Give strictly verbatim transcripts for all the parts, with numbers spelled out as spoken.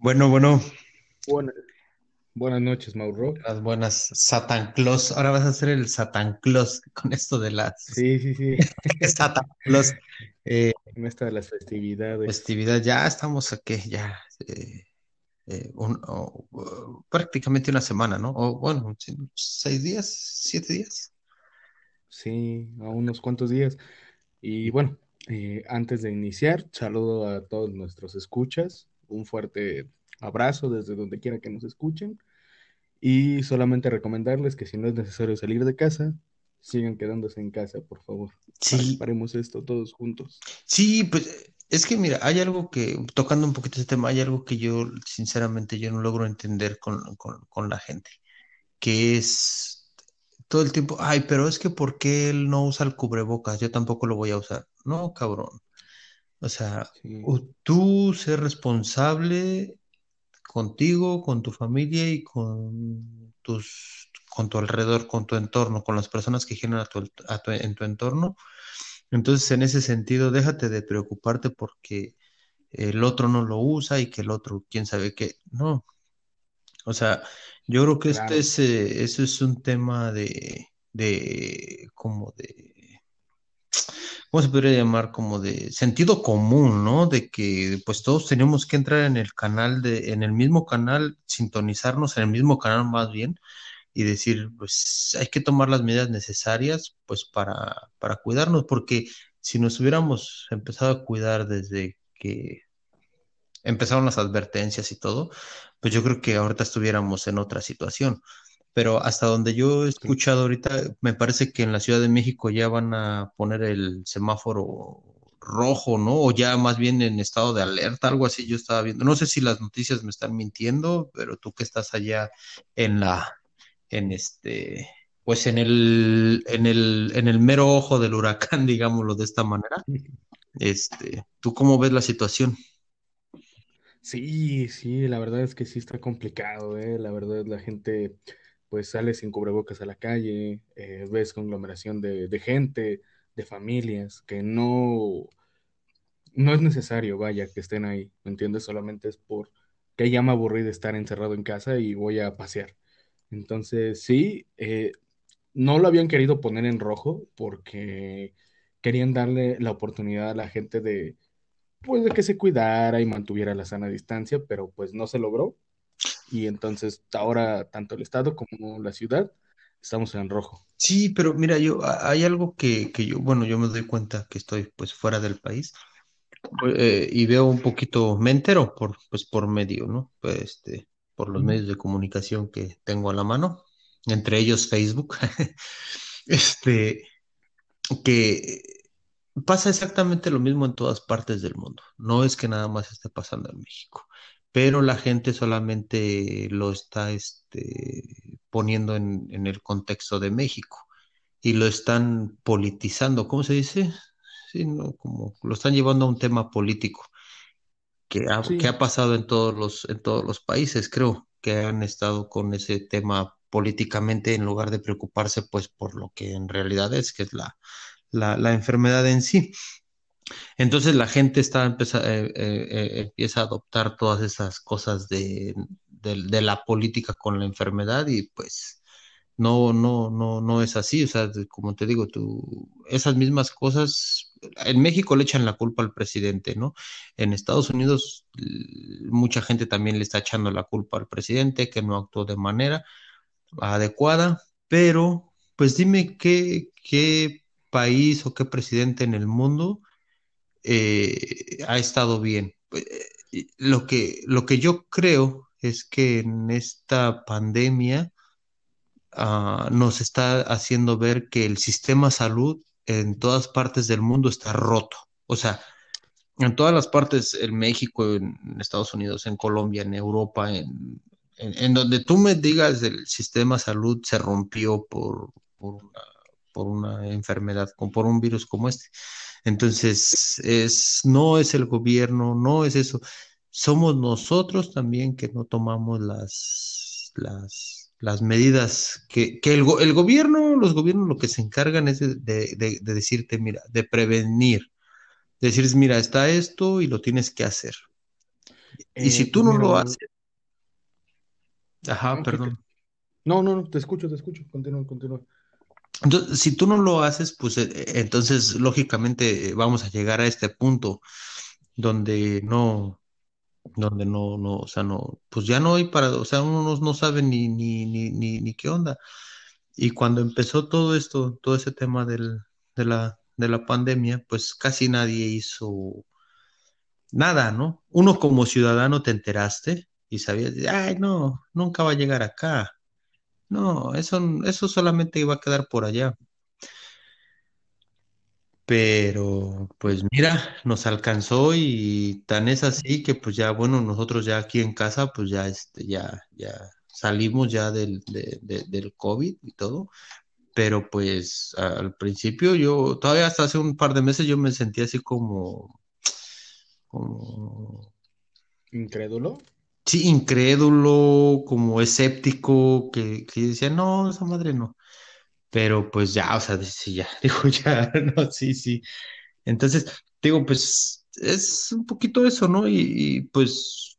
Bueno, bueno, Buenas, buenas noches, Mauro. las buenas Satan Claus. Ahora vas a hacer el Satan Claus con esto de las Sí, sí, sí. Satan Claus. Eh, En esta de las festividades. festividad, ya estamos aquí, ya eh, eh, un- o- o prácticamente una semana, ¿no? O bueno, sí, seis días, siete días. Sí, a unos cuantos días. Y bueno, eh, antes de iniciar, saludo a todos nuestros escuchas. Un fuerte abrazo desde donde quiera que nos escuchen. Y solamente recomendarles que si no es necesario salir de casa, sigan quedándose en casa, por favor, para que Sí, paremos esto todos juntos. sí, pues eh, es que mira, hay algo que, tocando un poquito ese tema, hay algo que yo, sinceramente, yo no logro entender con, con, con la gente, que es todo el tiempo, ay, pero es que ¿por qué él no usa el cubrebocas? Yo tampoco lo voy a usar. No, cabrón. O sea, Sí, u- tú ser responsable contigo, con tu familia y con tus, con tu alrededor, con tu entorno, con las personas que giran a tu, a tu- en tu entorno. Entonces, en ese sentido, déjate de preocuparte porque el otro no lo usa y que el otro, quién sabe qué. No, o sea, yo creo que este claro. es, eh, eso es un tema de, de, como de, ¿cómo se podría llamar? Como de sentido común, ¿no? De que pues todos tenemos que entrar en el canal de, en el mismo canal, sintonizarnos en el mismo canal más bien y decir, pues hay que tomar las medidas necesarias pues para, para cuidarnos, porque si nos hubiéramos empezado a cuidar desde que empezaron las advertencias y todo, pues yo creo que ahorita estuviéramos en otra situación. Pero hasta donde yo he escuchado ahorita, me parece que en la Ciudad de México ya van a poner el semáforo rojo, ¿no? O ya más bien en estado de alerta, algo así yo estaba viendo. No sé si las noticias me están mintiendo, pero tú que estás allá en la, en este, pues en el, en el, en el mero ojo del huracán, digámoslo de esta manera, este, ¿tú cómo ves la situación? Sí, sí, la verdad es que sí está complicado, ¿eh? La verdad, la gente pues sale sin cubrebocas a la calle, eh, ves conglomeración de, de gente, de familias, que no, no es necesario, vaya, que estén ahí, ¿me entiendes? Solamente es por que ya me aburrí de estar encerrado en casa y voy a pasear. Entonces, sí, eh, no lo habían querido poner en rojo porque querían darle la oportunidad a la gente de pues de que se cuidara y mantuviera la sana distancia, pero pues no se logró y entonces ahora tanto el estado como la ciudad estamos en rojo. Sí, pero mira, yo a- hay algo que, que yo, bueno, yo me doy cuenta que estoy pues fuera del país eh, y veo un poquito, me entero por pues por medio, ¿no? Pues, este, por los Ujú. medios de comunicación que tengo a la mano, entre ellos Facebook, este, que pasa exactamente lo mismo en todas partes del mundo. No es que nada más esté pasando en México, pero la gente solamente lo está, este, poniendo en, en el contexto de México y lo están politizando, ¿cómo se dice? Sí, no, como lo están llevando a un tema político que ha, que Sí, ha pasado en todos los, en todos los países, creo, que han estado con ese tema políticamente en lugar de preocuparse pues por lo que en realidad es, que es la, la, la enfermedad en sí. Entonces la gente está empeza- eh, eh, eh, empieza a adoptar todas esas cosas de, de, de la política con la enfermedad y pues no, no, no, no es así. O sea, de- como te digo, tú, esas mismas cosas, en México le echan la culpa al presidente, ¿no? En Estados Unidos l- mucha gente también le está echando la culpa al presidente que no actuó de manera adecuada, pero pues dime qué, qué país o qué presidente en el mundo eh, ha estado bien. Eh, Lo que, lo que yo creo es que en esta pandemia ah, nos está haciendo ver que el sistema salud en todas partes del mundo está roto. O sea, en todas las partes, en México, en Estados Unidos, en Colombia, en Europa, en, en, en donde tú me digas el sistema salud se rompió por, por una, por una enfermedad, con- por un virus como este. Entonces, es, no es el gobierno, no es eso. Somos nosotros también que no tomamos las, las, las medidas que, que el, go- el gobierno, los gobiernos lo que se encargan es de, de de- de decirte, mira, de prevenir. Decir, mira, está esto y lo tienes que hacer. Y Eh, si tú pues no mira, lo no, haces, ajá, no, ¿qué- qué? perdón. No, no, no, te escucho, te escucho, continúa, continúa. Entonces, si tú no lo haces, pues eh, eh, entonces lógicamente eh, vamos a llegar a este punto donde no, donde no, no, o sea, no, pues ya no hay para, o sea, uno no, no sabe ni, ni, ni, ni, ni qué onda. Y cuando empezó todo esto, todo ese tema del, de la, de la pandemia, pues casi nadie hizo nada, ¿no? Uno como ciudadano te enteraste y sabías, ay, no, nunca va a llegar acá. No, eso, eso solamente iba a quedar por allá. Pero pues mira, nos alcanzó y tan es así que pues ya, bueno, nosotros ya aquí en casa, pues ya, este, ya, ya salimos ya del, de- de- del COVID y todo. Pero pues al principio yo, todavía hasta hace un par de meses yo me sentía así como, como, ¿Incrédulo? sí, incrédulo, como escéptico, que, que decía, no, esa madre no. Pero pues ya, o sea, sí, ya, digo, ya, no, sí, sí. Entonces, digo, pues es un poquito eso, ¿no? Y, y, pues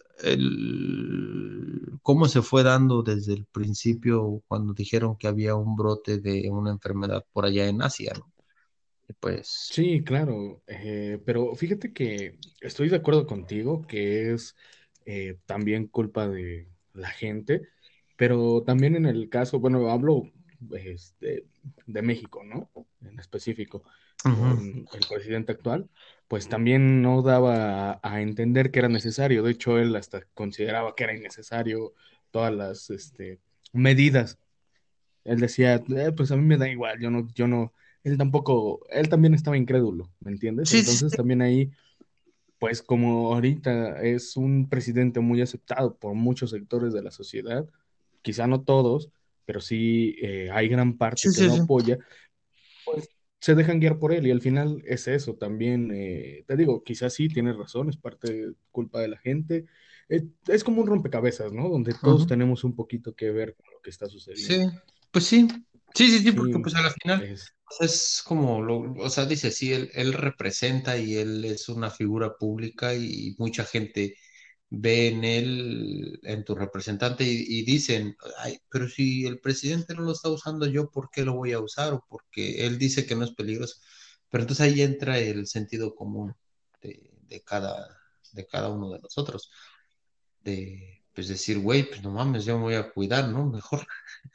el cómo se fue dando desde el principio cuando dijeron que había un brote de una enfermedad por allá en Asia, ¿no? Y pues, Sí, claro, eh, pero fíjate que estoy de acuerdo contigo que es eh, también culpa de la gente, pero también en el caso, bueno, hablo este, de México, ¿no? En específico, ujú. con el presidente actual, pues también no daba a, a entender que era necesario, de hecho él hasta consideraba que era innecesario todas las este, medidas. Él decía, "Eh, pues a mí me da igual, yo no, yo no, él tampoco, él también estaba incrédulo, ¿me entiendes? Sí, sí, Entonces sí, también ahí, pues como ahorita es un presidente muy aceptado por muchos sectores de la sociedad, quizá no todos, pero sí eh, hay gran parte sí, que sí, lo sí. apoya, pues se dejan guiar por él y al final es eso también, eh, te digo, quizás sí tienes razón, es parte de culpa de la gente. Eh, es como un rompecabezas, ¿no? Donde todos Ujú. tenemos un poquito que ver con lo que está Sí, sucediendo. pues sí, sí, sí, sí, porque Sí, pues a la final es o sea, es como, lo, o sea, dice, sí, él, él representa y él es una figura pública y mucha gente ve en él, en tu representante y, y dicen, ay, pero si el presidente no lo está usando yo, ¿por qué lo voy a usar? O porque él dice que no es peligroso. Pero entonces ahí entra el sentido común de, de cada, de cada uno de nosotros, de pues decir, güey, pues no mames, yo me voy a cuidar, ¿no? Mejor.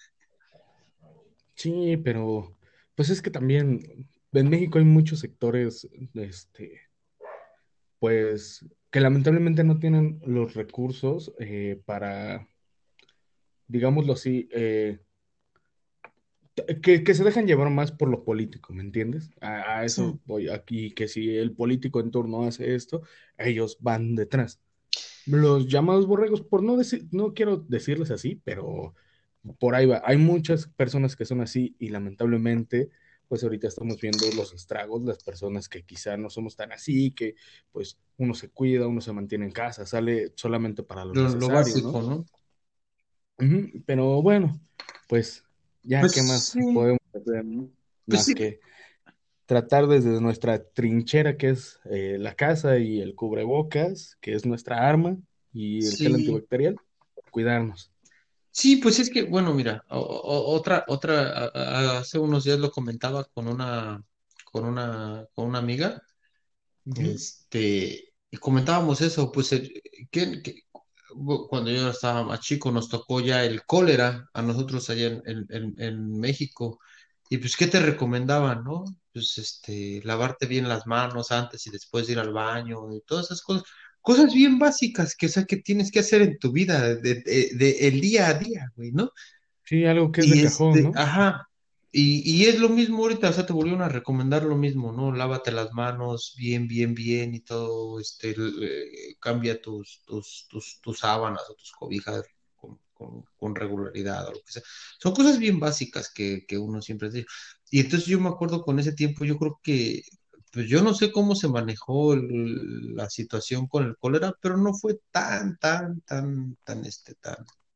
Sí, pero pues es que también en México hay muchos sectores, este, pues que lamentablemente no tienen los recursos eh, para, digámoslo así, eh, que, que se dejan llevar más por lo político, ¿me entiendes? A, a Sí. eso voy aquí, que si el político en turno hace esto, ellos van detrás. Los llamados borregos, por no decir, no quiero decirles así, pero por ahí va. Hay muchas personas que son así y lamentablemente, pues ahorita estamos viendo los estragos, las personas que quizá no somos tan así, que pues uno se cuida, uno se mantiene en casa, sale solamente para lo Lo, lo necesario, ¿no? básico, ¿no? Ujú. Pero bueno, pues ya qué Pues más sí, podemos hacer, ¿no? pues Más sí, que tratar desde nuestra trinchera, que es eh, la casa y el cubrebocas, que es nuestra arma, y el gel sí, antibacterial, cuidarnos. sí, pues es que, bueno, mira, o- o- otra, otra, a- a- hace unos días lo comentaba con una, con una, con una amiga, Ujú. este, y comentábamos eso, pues, el- que, que- bu- cuando yo estaba más chico nos tocó ya el cólera a nosotros allá en, en, en- en México, y pues, ¿qué te recomendaban, no? Pues, este, lavarte bien las manos antes y después de ir al baño y todas esas cosas. Cosas bien básicas que, o sea, que tienes que hacer en tu vida, de, de- de- el día a día, güey, ¿no? Sí, algo que es de Y cajón, este, ¿no? ajá, y, y es lo mismo ahorita, o sea, te volvieron a recomendar lo mismo, ¿no? Lávate las manos bien, bien, bien y todo, este, l- eh, cambia tus, tus, tus, tus sábanas o tus cobijas con, con, con regularidad o lo que sea. Son cosas bien básicas que, que uno siempre dice. Y entonces yo me acuerdo con ese tiempo, yo creo que, pues yo no sé cómo se manejó el- la situación con el cólera, pero no fue tan, tan, tan, tan, este, tan,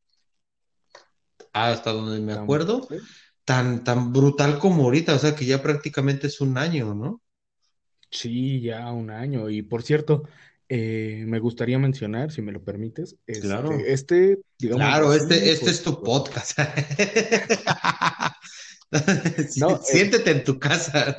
hasta donde me Tan acuerdo fuerte. tan, tan brutal como ahorita, o sea que ya prácticamente es un año, ¿no? Sí, ya un año. Y por cierto, Eh, me gustaría mencionar, si me lo permites, Claro, este, este, digámoslo claro, este, así, este pues, es tu pues, podcast. no, eh, Siéntete en tu casa.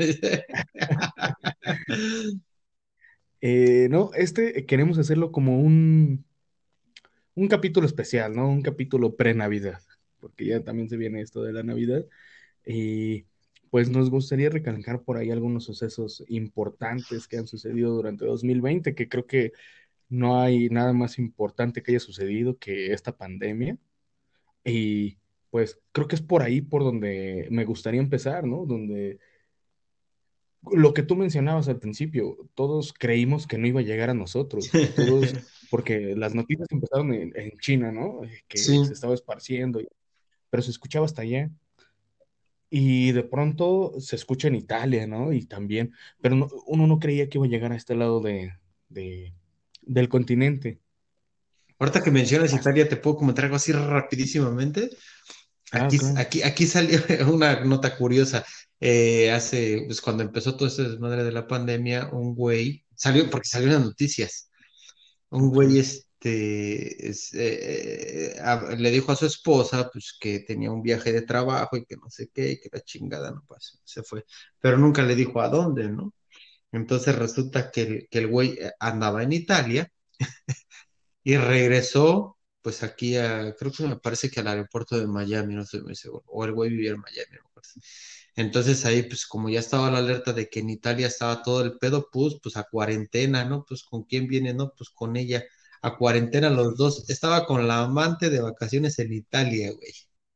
eh, no, este queremos hacerlo como un, un capítulo especial, ¿no? Un capítulo pre-Navidad, porque ya también se viene esto de la Navidad. Y pues nos gustaría recalcar por ahí algunos sucesos importantes que han sucedido durante dos mil veinte, que creo que no hay nada más importante que haya sucedido que esta pandemia. Y pues creo que es por ahí por donde me gustaría empezar, ¿no? Donde lo que tú mencionabas al principio, todos creímos que no iba a llegar a nosotros, todos, porque las noticias empezaron en, en China, ¿no? Eh, Que se Sí. estaba esparciendo, pero se escuchaba hasta allá. Y de pronto se escucha en Italia, ¿no? Y también, pero no- uno no creía que iba a llegar a este lado de, de- del continente. Ahorita que mencionas Hasta- Italia, te puedo comentar algo así rapidísimamente. claro, Aquí, claro. aquí, aquí salió una nota curiosa. Eh, hace, pues cuando empezó todo este desmadre de la pandemia, un güey salió, porque salió en las noticias, un Ok. güey este, es, eh, a- le dijo a su esposa pues que tenía un viaje de trabajo y que no sé qué, y que la chingada no pasó, se fue, pero nunca le dijo a dónde, ¿no? Entonces resulta que el, que el güey eh, andaba en Italia y regresó, pues aquí a, creo que me parece que al aeropuerto de Miami, no estoy muy seguro, o el güey vivía en Miami, no me acuerdo. Entonces ahí, pues como ya estaba la alerta de que en Italia estaba todo el pedo, pues, pues a cuarentena, ¿no? Pues con quién viene, ¿no? Pues con ella, a cuarentena los dos. Estaba con la amante de vacaciones en Italia, güey.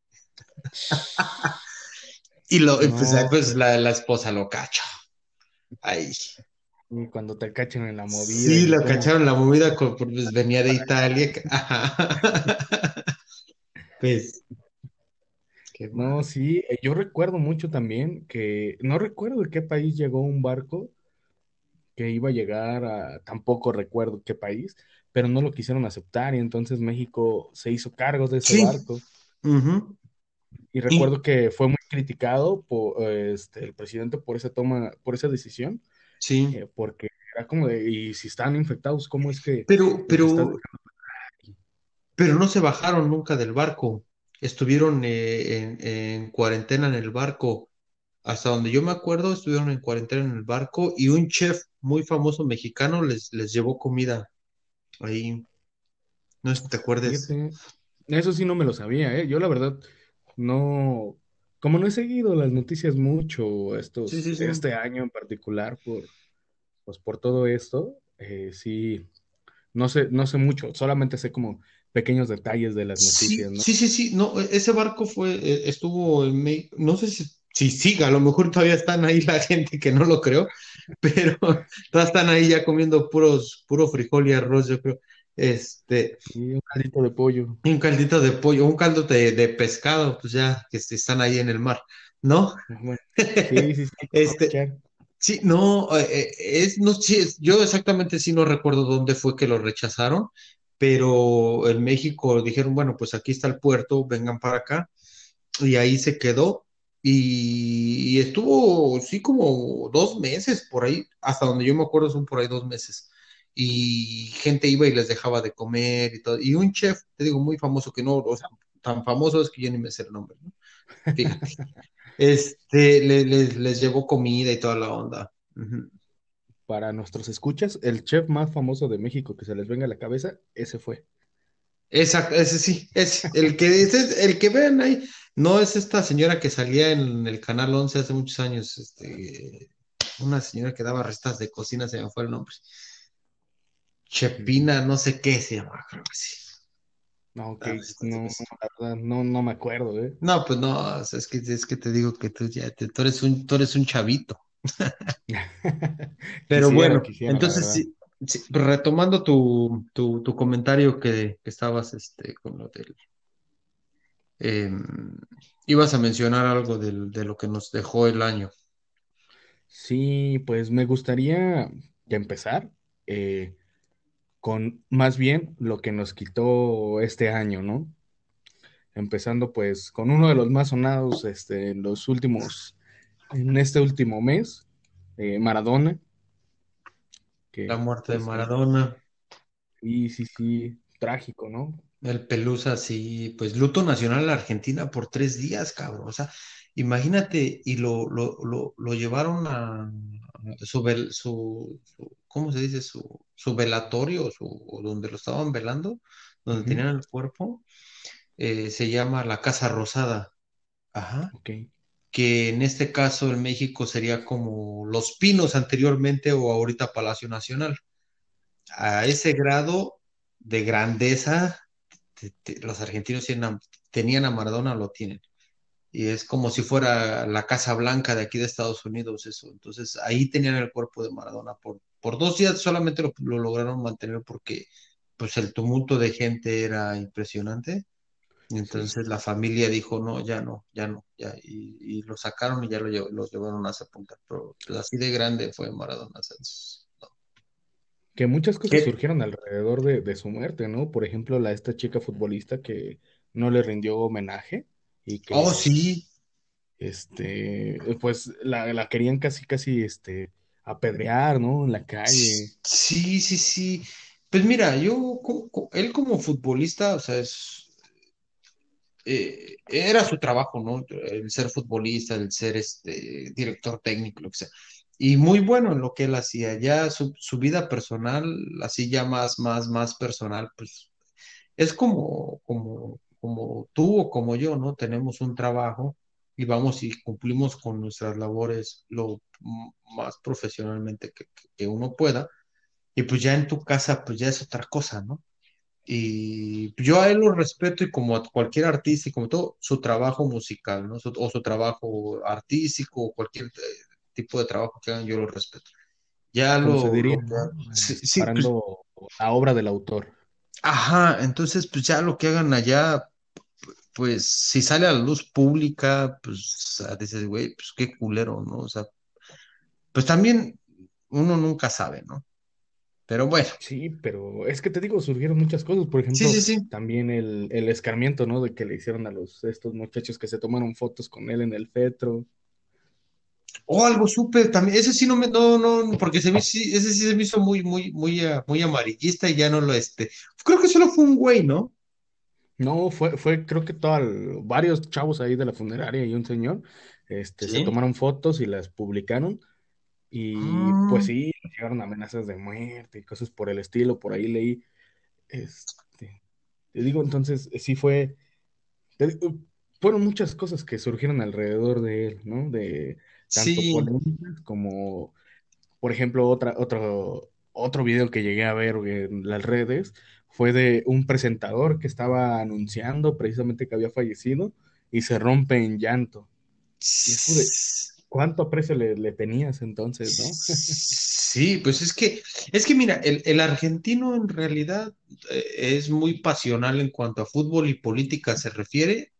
Y lo, y pues, ah, No, pues la, la esposa lo cacho. Ay. y cuando te cachen en la movida Sí, y lo cómo... cacharon la movida, co- pues venía de Italia. Ajá. Pues, qué No, mal. sí, eh, yo recuerdo mucho también que no recuerdo de qué país llegó un barco que iba a llegar a, tampoco recuerdo qué país, pero no lo quisieron aceptar y entonces México se hizo cargo de ese Sí. barco. Ujú. Y Y- recuerdo que fue muy criticado por este, el presidente por esa toma, por esa decisión, sí. eh, porque era como de, y si están infectados, ¿cómo es que Pero, los estás pero, dejando aquí? pero no se bajaron nunca del barco. Estuvieron eh, en, en cuarentena en el barco. Hasta donde yo me acuerdo, estuvieron en cuarentena en el barco y un chef muy famoso mexicano les, les llevó comida ahí. No sé si te acuerdes. Fíjate, eso sí no me lo sabía, ¿eh? Yo la verdad no, como no he seguido las noticias mucho Sí, estos, sí, sí. este año en particular por, pues por todo esto, eh, sí, no sé, no sé mucho, solamente sé como pequeños detalles de las noticias, Sí, ¿no? sí, sí, sí. No, e- ese barco fue, eh, estuvo en México. No sé si, si siga, a lo mejor todavía están ahí la gente que no lo creo, pero todas están ahí ya comiendo puros, puro frijol y arroz, yo creo. Este, Y un caldito de pollo. un caldito de pollo, un caldo de, de pescado, pues ya que est- están ahí en el mar, ¿no? Bueno, sí, sí, sí, hay que Este, aprovechar. sí, no, eh, eh, es, no, sí, es- yo exactamente sí no recuerdo dónde fue que lo rechazaron, pero en México dijeron, bueno, pues aquí está el puerto, vengan para acá, y ahí se quedó, y, y estuvo, sí, como dos meses por ahí, hasta donde yo me acuerdo son por ahí dos meses, y gente iba y les dejaba de comer y todo, y un chef, te digo, muy famoso, que no, o sea, tan famoso es que yo ni me sé el nombre, ¿no? Fíjate. Este, le- les, les llevó comida y toda la onda. Ujú. Para nuestros escuchas, el chef más famoso de México que se les venga a la cabeza, ese fue. Exacto, ese sí, es el que ese es el que ven ahí. No es esta señora que salía en el Canal Once hace muchos años, este, una señora que daba recetas de cocina, se me fue el nombre. Mm, Chepina, no sé qué se llama, creo que sí. no, ok, Daba recetas de no, no, cocina. la verdad, no, no me acuerdo, ¿eh? No, pues no, o sea, es que, es que te digo que tú ya, te- tú eres un, tú eres un chavito. Pero Quisiera, bueno, quisiera, la entonces verdad. sí, sí, retomando tu, tu, tu comentario que, que estabas este, con lo del eh, ibas a mencionar algo del- de lo que nos dejó el año. Sí, pues me gustaría ya empezar eh, con más bien lo que nos quitó este año, ¿no? Empezando pues con uno de los más sonados este, en los últimos, en este último mes, eh, Maradona. La que muerte de pues ahí, Maradona. sí, sí, sí, trágico, ¿no? El Pelusa, sí, pues luto nacional en la Argentina por tres días, cabrón. O sea, imagínate, y lo, lo, lo, lo llevaron a, a su, vel- su, su- ¿cómo se dice? Su, su velatorio, su, o donde lo estaban velando, donde Ujú, tenían el cuerpo, eh, se llama la Casa Rosada. Ajá. ok, Que en este caso en México sería como Los Pinos anteriormente o ahorita Palacio Nacional. A ese grado de grandeza te- te- los argentinos tienen a- tenían a Maradona, lo tienen. Y es como si fuera la Casa Blanca de aquí de Estados Unidos, eso. Entonces ahí tenían el cuerpo de Maradona. Por, por dos días solamente lo, lo lograron mantener porque pues el tumulto de gente era impresionante. Y sí. entonces la familia dijo, no, ya no, ya no, ya. Y, y lo sacaron y ya lo, lle- lo llevaron a sepultar. Pero pues, así de grande fue Maradona. ¿Sabes? No. Que muchas cosas ¿Qué? surgieron alrededor de, de su muerte, ¿no? Por ejemplo, la esta chica futbolista que no le rindió homenaje y Oh, que, sí. este, pues la, la querían casi, casi, este, apedrear, ¿no? En la calle. Sí, sí, sí. Pues mira, yo, co- co- él como futbolista, o sea, es, eh, era su trabajo, ¿no? El ser futbolista, el ser este director técnico, lo que sea. Y muy bueno en lo que él hacía. Ya su, su vida personal, así ya más, más, más personal, pues es como, como, como tú o como yo, ¿no? Tenemos un trabajo y vamos y cumplimos con nuestras labores lo m- más profesionalmente que, que que uno pueda. Y pues ya en tu casa, pues ya es otra cosa, ¿no? Y yo a él lo respeto y como a cualquier artista y como todo, su trabajo musical, ¿no? Su- o su trabajo artístico o cualquier eh, tipo de trabajo que hagan, yo lo respeto. Ya Como se lo, diría, lo que ¿no? hagan, Eh, sí, sí, pues, separando la obra del autor. ajá, entonces pues ya lo que hagan allá, pues si sale a la luz pública, pues ah, dices, güey, pues qué culero, ¿no? O sea, pues también uno nunca sabe, ¿no? Pero bueno, Sí, pero es que te digo, surgieron muchas cosas. Por sí, ejemplo, sí, sí. también el, el escarmiento, ¿no? De que le hicieron a los estos muchachos que se tomaron fotos con él en el Fetro. O algo súper también, ese sí no me, no, no, porque se me, sí- ese sí se me hizo muy, muy, muy, ah, muy amarillista y ya no lo, este, creo que solo fue un güey, ¿no? No, fue, fue, creo que todo, varios chavos ahí de la funeraria y un señor, este, se Sí. tomaron fotos y las publicaron. Y pues Mm, sí, llegaron amenazas de muerte y cosas por el estilo. Por ahí leí, este, te digo, entonces sí fue. Te digo, fueron muchas cosas que surgieron alrededor de él, ¿no? De tanto sí, polémicas como, por ejemplo, otra, otro, otro video que llegué a ver en las redes fue de un presentador que estaba anunciando precisamente que había fallecido y se rompe en llanto. Y es como de, ¿cuánto aprecio le, le tenías entonces, no? sí, pues es que, es que mira, el, el argentino en realidad eh, es muy pasional en cuanto a fútbol y política se refiere.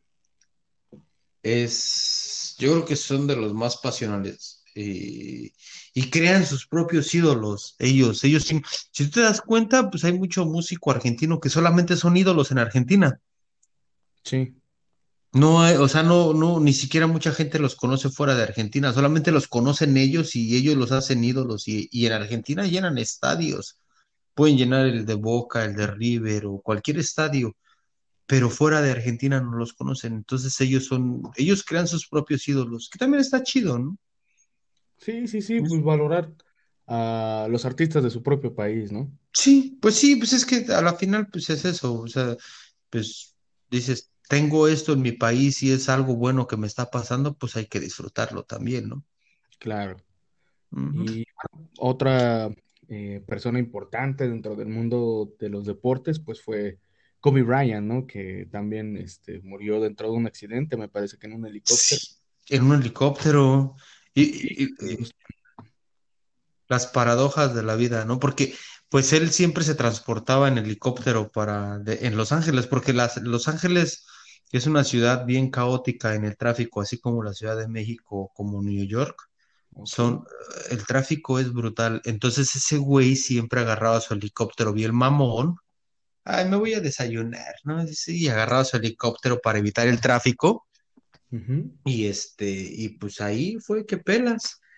Es, yo creo que son de los más pasionales y, y crean sus propios ídolos. Ellos, ellos, sí- si tú te das cuenta, pues hay mucho músico argentino que solamente son ídolos en Argentina. Sí, No hay, o sea, no, no, ni siquiera mucha gente los conoce fuera de Argentina, solamente los conocen ellos y ellos los hacen ídolos y, y en Argentina llenan estadios. Pueden llenar el de Boca, el de River o cualquier estadio, pero fuera de Argentina no los conocen. Entonces ellos son, ellos crean sus propios ídolos, que también está chido, ¿no? sí, sí, sí, Es- pues valorar a los artistas de su propio país, ¿no? Sí, pues sí, pues es que a la final pues es eso, o sea, pues dices, tengo esto en mi país y es algo bueno que me está pasando, pues hay que disfrutarlo también, ¿no? Claro. Ujú. Y otra eh, persona importante dentro del mundo de los deportes, pues fue Kobe Bryant, ¿no? Que también este, murió dentro de un accidente, me parece que en un helicóptero. Sí, en un helicóptero y, Y, y- y y just- las paradojas de la vida, ¿no? Porque pues él siempre se transportaba en helicóptero para de- en Los Ángeles, porque las, Los Ángeles es una ciudad bien caótica en el tráfico, así como la Ciudad de México, como New York. ok. Son, el tráfico es brutal. Entonces ese güey siempre agarraba su helicóptero bien mamón. Ay, me voy a desayunar, ¿no? Sí, y agarraba su helicóptero para evitar el tráfico. Ujú. Y este, y pues ahí fue que pelas.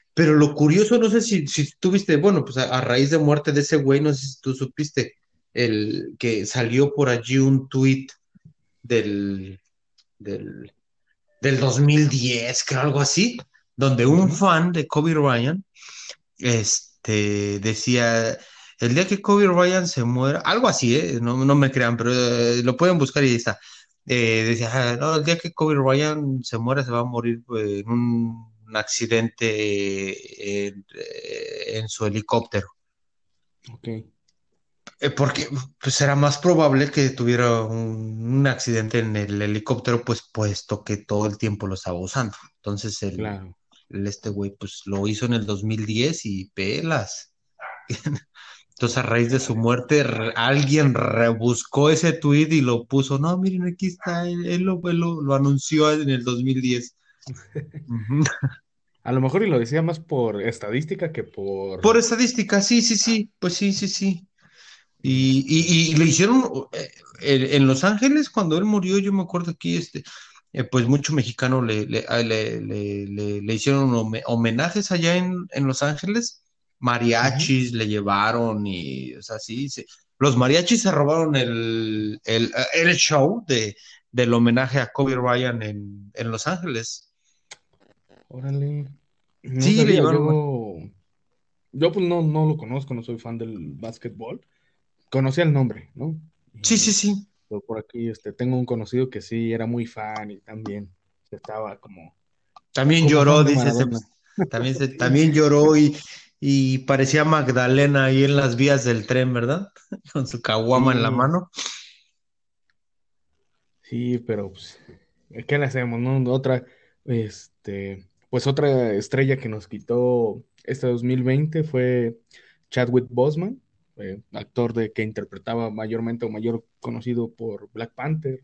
Pero lo curioso, no sé si, si tuviste, bueno, pues a, a raíz de muerte de ese güey, no sé si tú supiste, el que salió por allí un tuit del, del, del dos mil diez, creo, algo así, donde un Ujú. fan de Kobe Bryant, este, decía, el día que Kobe Bryant se muera, algo así, ¿eh? No, no me crean, pero eh, lo pueden buscar y ahí está. Eh, decía, "Ah, no, el día que Kobe Bryant se muera, se va a morir eh, en un, un accidente eh, en, eh, en su helicóptero. Ok, Eh, porque pues era más probable que tuviera un, un accidente en el helicóptero, pues puesto que todo el tiempo lo estaba usando. Entonces el, claro. el este güey pues lo hizo en el dos mil diez y pelas. Entonces a raíz de su Órale. muerte re- alguien rebuscó ese tweet y lo puso. No, miren, aquí está, él, él lo, él lo, lo anunció en el dos mil diez. Ujú. A lo mejor y lo decía más por estadística que Por por... estadística, sí, sí, sí, pues sí, sí, sí. Mm. Y, y, y le hicieron eh, en, en Los Ángeles, cuando él murió, yo me acuerdo aquí, este, eh, pues mucho mexicano le, le, a- le, le- le- le hicieron home- homenajes allá en, en Los Ángeles, Ujú. mariachis le llevaron y, o sea, sí, sí. Los mariachis se robaron el, el, el show de, del homenaje a Kobe Bryant en, en Los Ángeles. Órale. No Sí, le sabía, llevaron. yo... Yo pues no, no lo conozco, no soy fan del básquetbol. Conocía el nombre, ¿no? Sí, sí, Y sí. pues, por aquí este, tengo un conocido que sí era muy fan y también estaba como, También como lloró, fan de dice, se- Maradona. también, se, Sí, también lloró y, y parecía Magdalena ahí en las vías del tren, ¿verdad? Con su caguama en la sí, mano. sí, pero pues, ¿qué le hacemos, no? Otra, este, pues otra estrella que nos quitó este dos mil veinte fue Chadwick Boseman, eh, actor de que interpretaba mayormente o mayor conocido por Black Panther.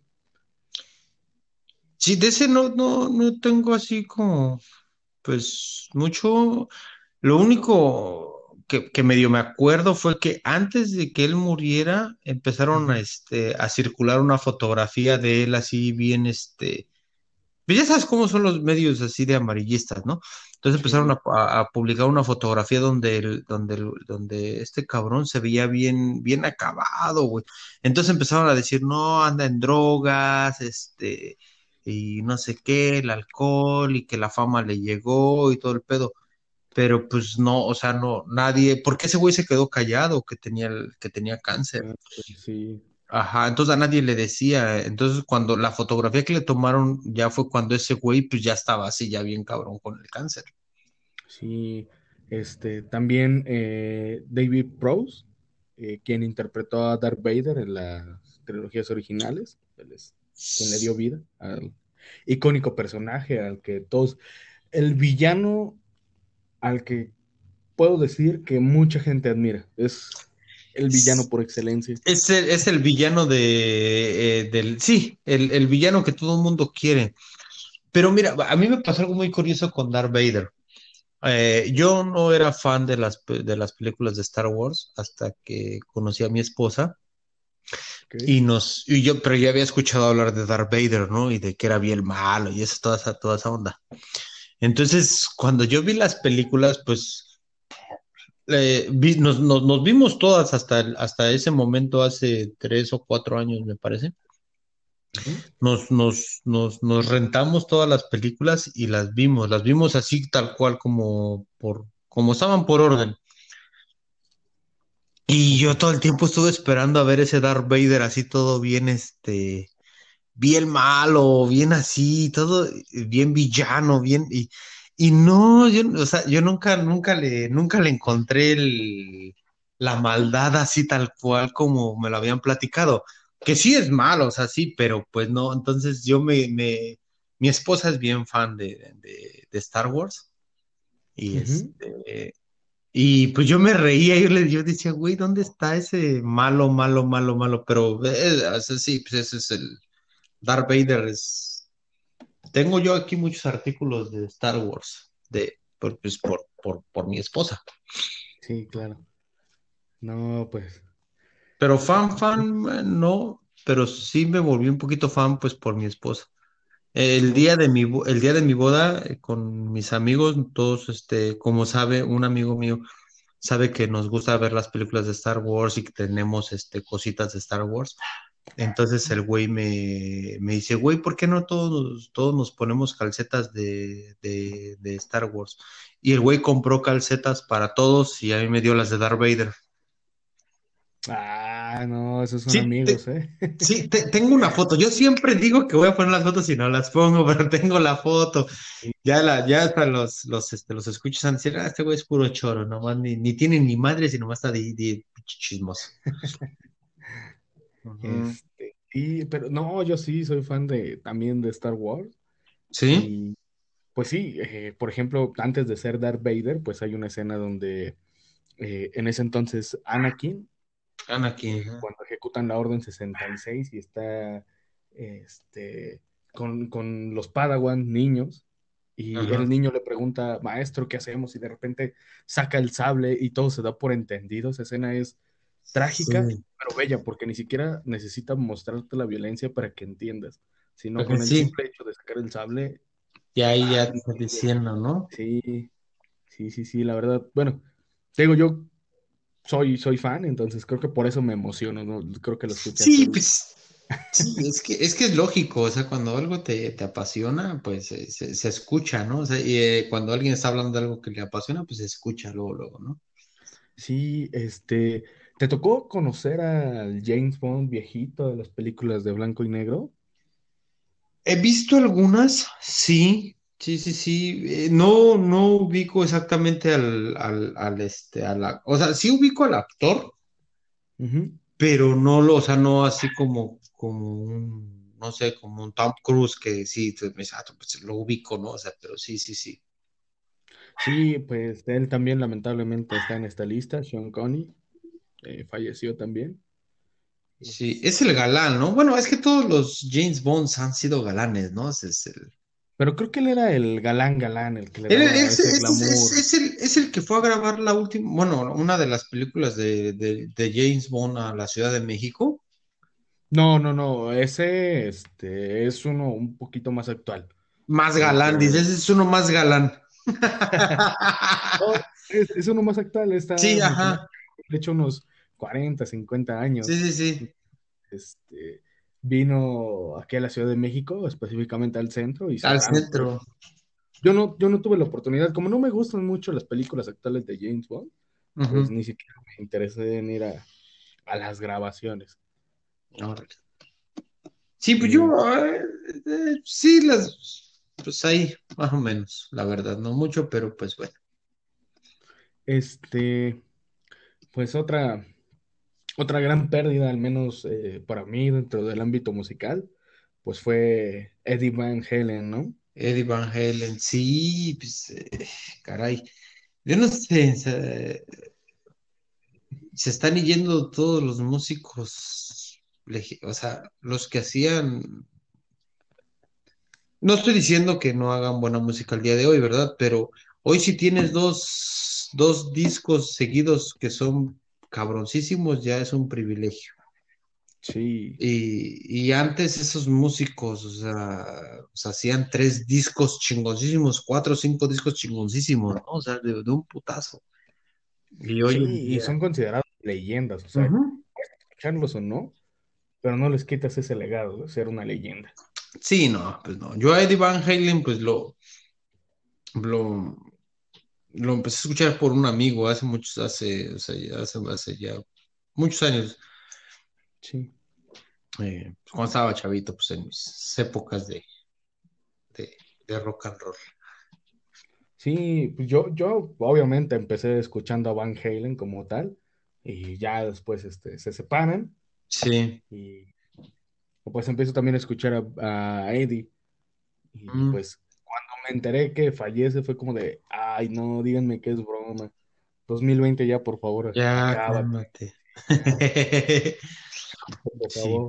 Sí, de ese no, no, no tengo así como, pues, mucho. Lo único que, que medio me acuerdo fue que antes de que él muriera, empezaron a, Ujú. este, a circular una fotografía de él así bien, este, pues ya sabes cómo son los medios así de amarillistas, ¿no? Entonces empezaron Sí. a, a- a publicar una fotografía donde, el, donde, el- donde este cabrón se veía bien, bien acabado, güey. Entonces empezaron a decir, no, anda en drogas, este, y no sé qué, el alcohol, y que la fama le llegó y todo el pedo. Pero pues no, o sea, no, nadie, porque ese güey se quedó callado que tenía, el- que tenía cáncer. Ah, pues sí, Ajá, entonces a nadie le decía. Entonces, cuando la fotografía que le tomaron ya fue cuando ese güey, pues ya estaba así, ya bien cabrón con el cáncer. sí. Este, también eh, David Prowse, eh, quien interpretó a Darth Vader en las trilogías originales, él es quien le dio vida al icónico personaje al que todos, el villano al que puedo decir que mucha gente admira, es el villano Es, por excelencia. es el, es el villano de, eh, del, sí, el, el villano que todo el mundo quiere. Pero mira, a mí me pasó algo muy curioso con Darth Vader. Eh, yo no era fan de las, pe- de las películas de Star Wars hasta que conocí a mi esposa. Ok. Y nos, y yo, pero ya había escuchado hablar de Darth Vader, ¿no? Y de que era bien malo y eso, toda esa, toda esa onda. Entonces, cuando yo vi las películas, pues eh, vi- nos, nos, nos vimos todas hasta, el- hasta ese momento, hace tres o cuatro años, me parece. Ujú. Nos, nos, nos, nos rentamos todas las películas y las vimos, las vimos así tal cual como por, como estaban por orden. Y Ok. yo todo el tiempo estuve esperando a ver ese Darth Vader así todo bien, este, bien malo, bien así, todo bien villano, bien, y, y no, yo, o sea, yo nunca, nunca le, nunca le encontré el, la maldad así tal cual como me lo habían platicado, que sí es malo, o sea, sí, pero pues no, entonces yo me, me, mi esposa es bien fan de, de, de Star Wars, y Ujú. este, y pues yo me reía, yo le, yo decía, güey, ¿dónde está ese malo, malo, malo, malo? Pero, eh, o sea, sí, pues ese es el, Darth Vader es. Tengo yo aquí muchos artículos de Star Wars, de, por, pues, por, por, por mi esposa. Sí, claro. No, pues. Pero fan, fan, eh, no, pero sí me volví un poquito fan, pues, por mi esposa. El ¿no? día de mi, bo- el día de mi boda, eh, con mis amigos, todos, este, como sabe, un amigo mío sabe que nos gusta ver las películas de Star Wars y que tenemos, este, cositas de Star Wars. Entonces el güey me, me dice, güey, ¿por qué no todos, todos nos ponemos calcetas de, de, de Star Wars? Y el güey compró calcetas para todos y a mí me dio las de Darth Vader. Ah, no, esos son Sí, te- amigos, ¿eh? sí, te- tengo una foto. Yo siempre digo que voy a poner las fotos y no las pongo, pero tengo la foto. Ya la, ya hasta los, los, este, los escuchos han decir, ah, este güey es puro choro, nomás ni, ni tiene ni madre, sino más está de, de pinche chismoso. Ujú. Este, y, pero no, yo sí soy fan de también de Star Wars. ¿Sí? Y pues sí, eh, por ejemplo, antes de ser Darth Vader, pues hay una escena donde eh, en ese entonces Anakin, Anakin. eh, Ajá. cuando ejecutan la Orden sesenta y seis y está este, con, con los Padawan niños, y Ajá. el niño le pregunta, maestro, ¿qué hacemos? Y de repente saca el sable y todo se da por entendido. Esa escena es trágica, Sí. pero bella, porque ni siquiera necesita mostrarte la violencia para que entiendas, sino Porque con el sí, simple hecho de sacar el sable, y ahí ah, ya te está entiendes. diciendo, ¿no? Sí, sí, sí, sí, la verdad. Bueno, te digo, yo soy, soy fan, entonces creo que por eso me emociono, ¿no? Creo que lo escuchas Sí, solito. pues, sí, es que, es que es lógico, o sea, cuando algo te, te apasiona, pues eh, se, se escucha, ¿no? O sea, y eh, cuando alguien está hablando de algo que le apasiona, pues se escucha luego, luego, ¿no? Sí, este, ¿te tocó conocer al James Bond viejito de las películas de blanco y negro? He visto algunas, sí, sí, sí, sí. Eh, no, no ubico exactamente al, al, al, este, a la, o sea, sí ubico al actor, Ujú. pero no lo, o sea, no así como, como un, no sé, como un Tom Cruise que sí, te- me dice, ah, pues lo ubico, ¿no? O sea, pero sí, sí, sí. Sí, pues él también lamentablemente está en esta lista, Sean Connery, eh, falleció también. Sí, es el Este, galán, ¿no? Bueno, es que todos los James Bonds han sido galanes, ¿no? Ese es el... pero creo que él era el galán galán, el que le Él- él- daba Es, ese es- es- glamour. es el, es el que fue a grabar la última, bueno, una de las películas de, de, de James Bond a la Ciudad de México. No, no, no, ese este, es uno un poquito más actual. Más El galán, que... dices, es uno más galán. No, es, es uno más actual, está Sí, mucho más, ajá. de hecho unos cuarenta, cincuenta Sí, años. sí, sí. Este, vino aquí a la Ciudad de México, específicamente al centro, y Al cerraron. Por eso. centro. Yo no, yo no tuve la oportunidad, como no me gustan mucho las películas actuales de James Bond, pues Ujú. ni siquiera me interesé en ir a, a las grabaciones. Órale. Sí, pues yo, Eh, eh, eh, sí, las, pues ahí, más o menos, la verdad, no mucho, pero pues bueno. este, pues otra, otra gran pérdida, al menos eh, para mí dentro del ámbito musical, pues fue Eddie Van Halen, ¿no? Eddie Van Halen, sí, pues, eh, caray. Yo no sé, se, se están yendo todos los músicos, legi- o sea, los que hacían, no estoy diciendo que no hagan buena música al día de hoy, ¿verdad? Pero hoy si tienes dos, dos discos seguidos que son cabroncísimos, ya es un privilegio. Sí, Y, y antes esos músicos, o sea, o sea, hacían tres discos chingoncísimos, cuatro o cinco discos chingoncísimos, ¿no? O sea, de, de un putazo. Y hoy en sí, y día. son considerados leyendas, o sea, Ujú. escucharlos o no, pero no les quitas ese legado de ser una leyenda. Sí, no, pues no. Yo a Eddie Van Halen, pues lo, lo, lo empecé a escuchar por un amigo hace muchos, hace, o sea, ya hace, hace ya muchos años, Sí. eh, cuando estaba chavito, pues en mis épocas de, de, de rock and roll. Sí, pues yo, yo obviamente empecé escuchando a Van Halen como tal, y ya después este, se separan, Sí. y pues empiezo también a escuchar a, a Eddie, y Mm, pues cuando me enteré que fallece fue como de, ay no, díganme que es broma, dos mil veinte ya por favor, ya, acábate, cálmate. ya, por Sí. favor.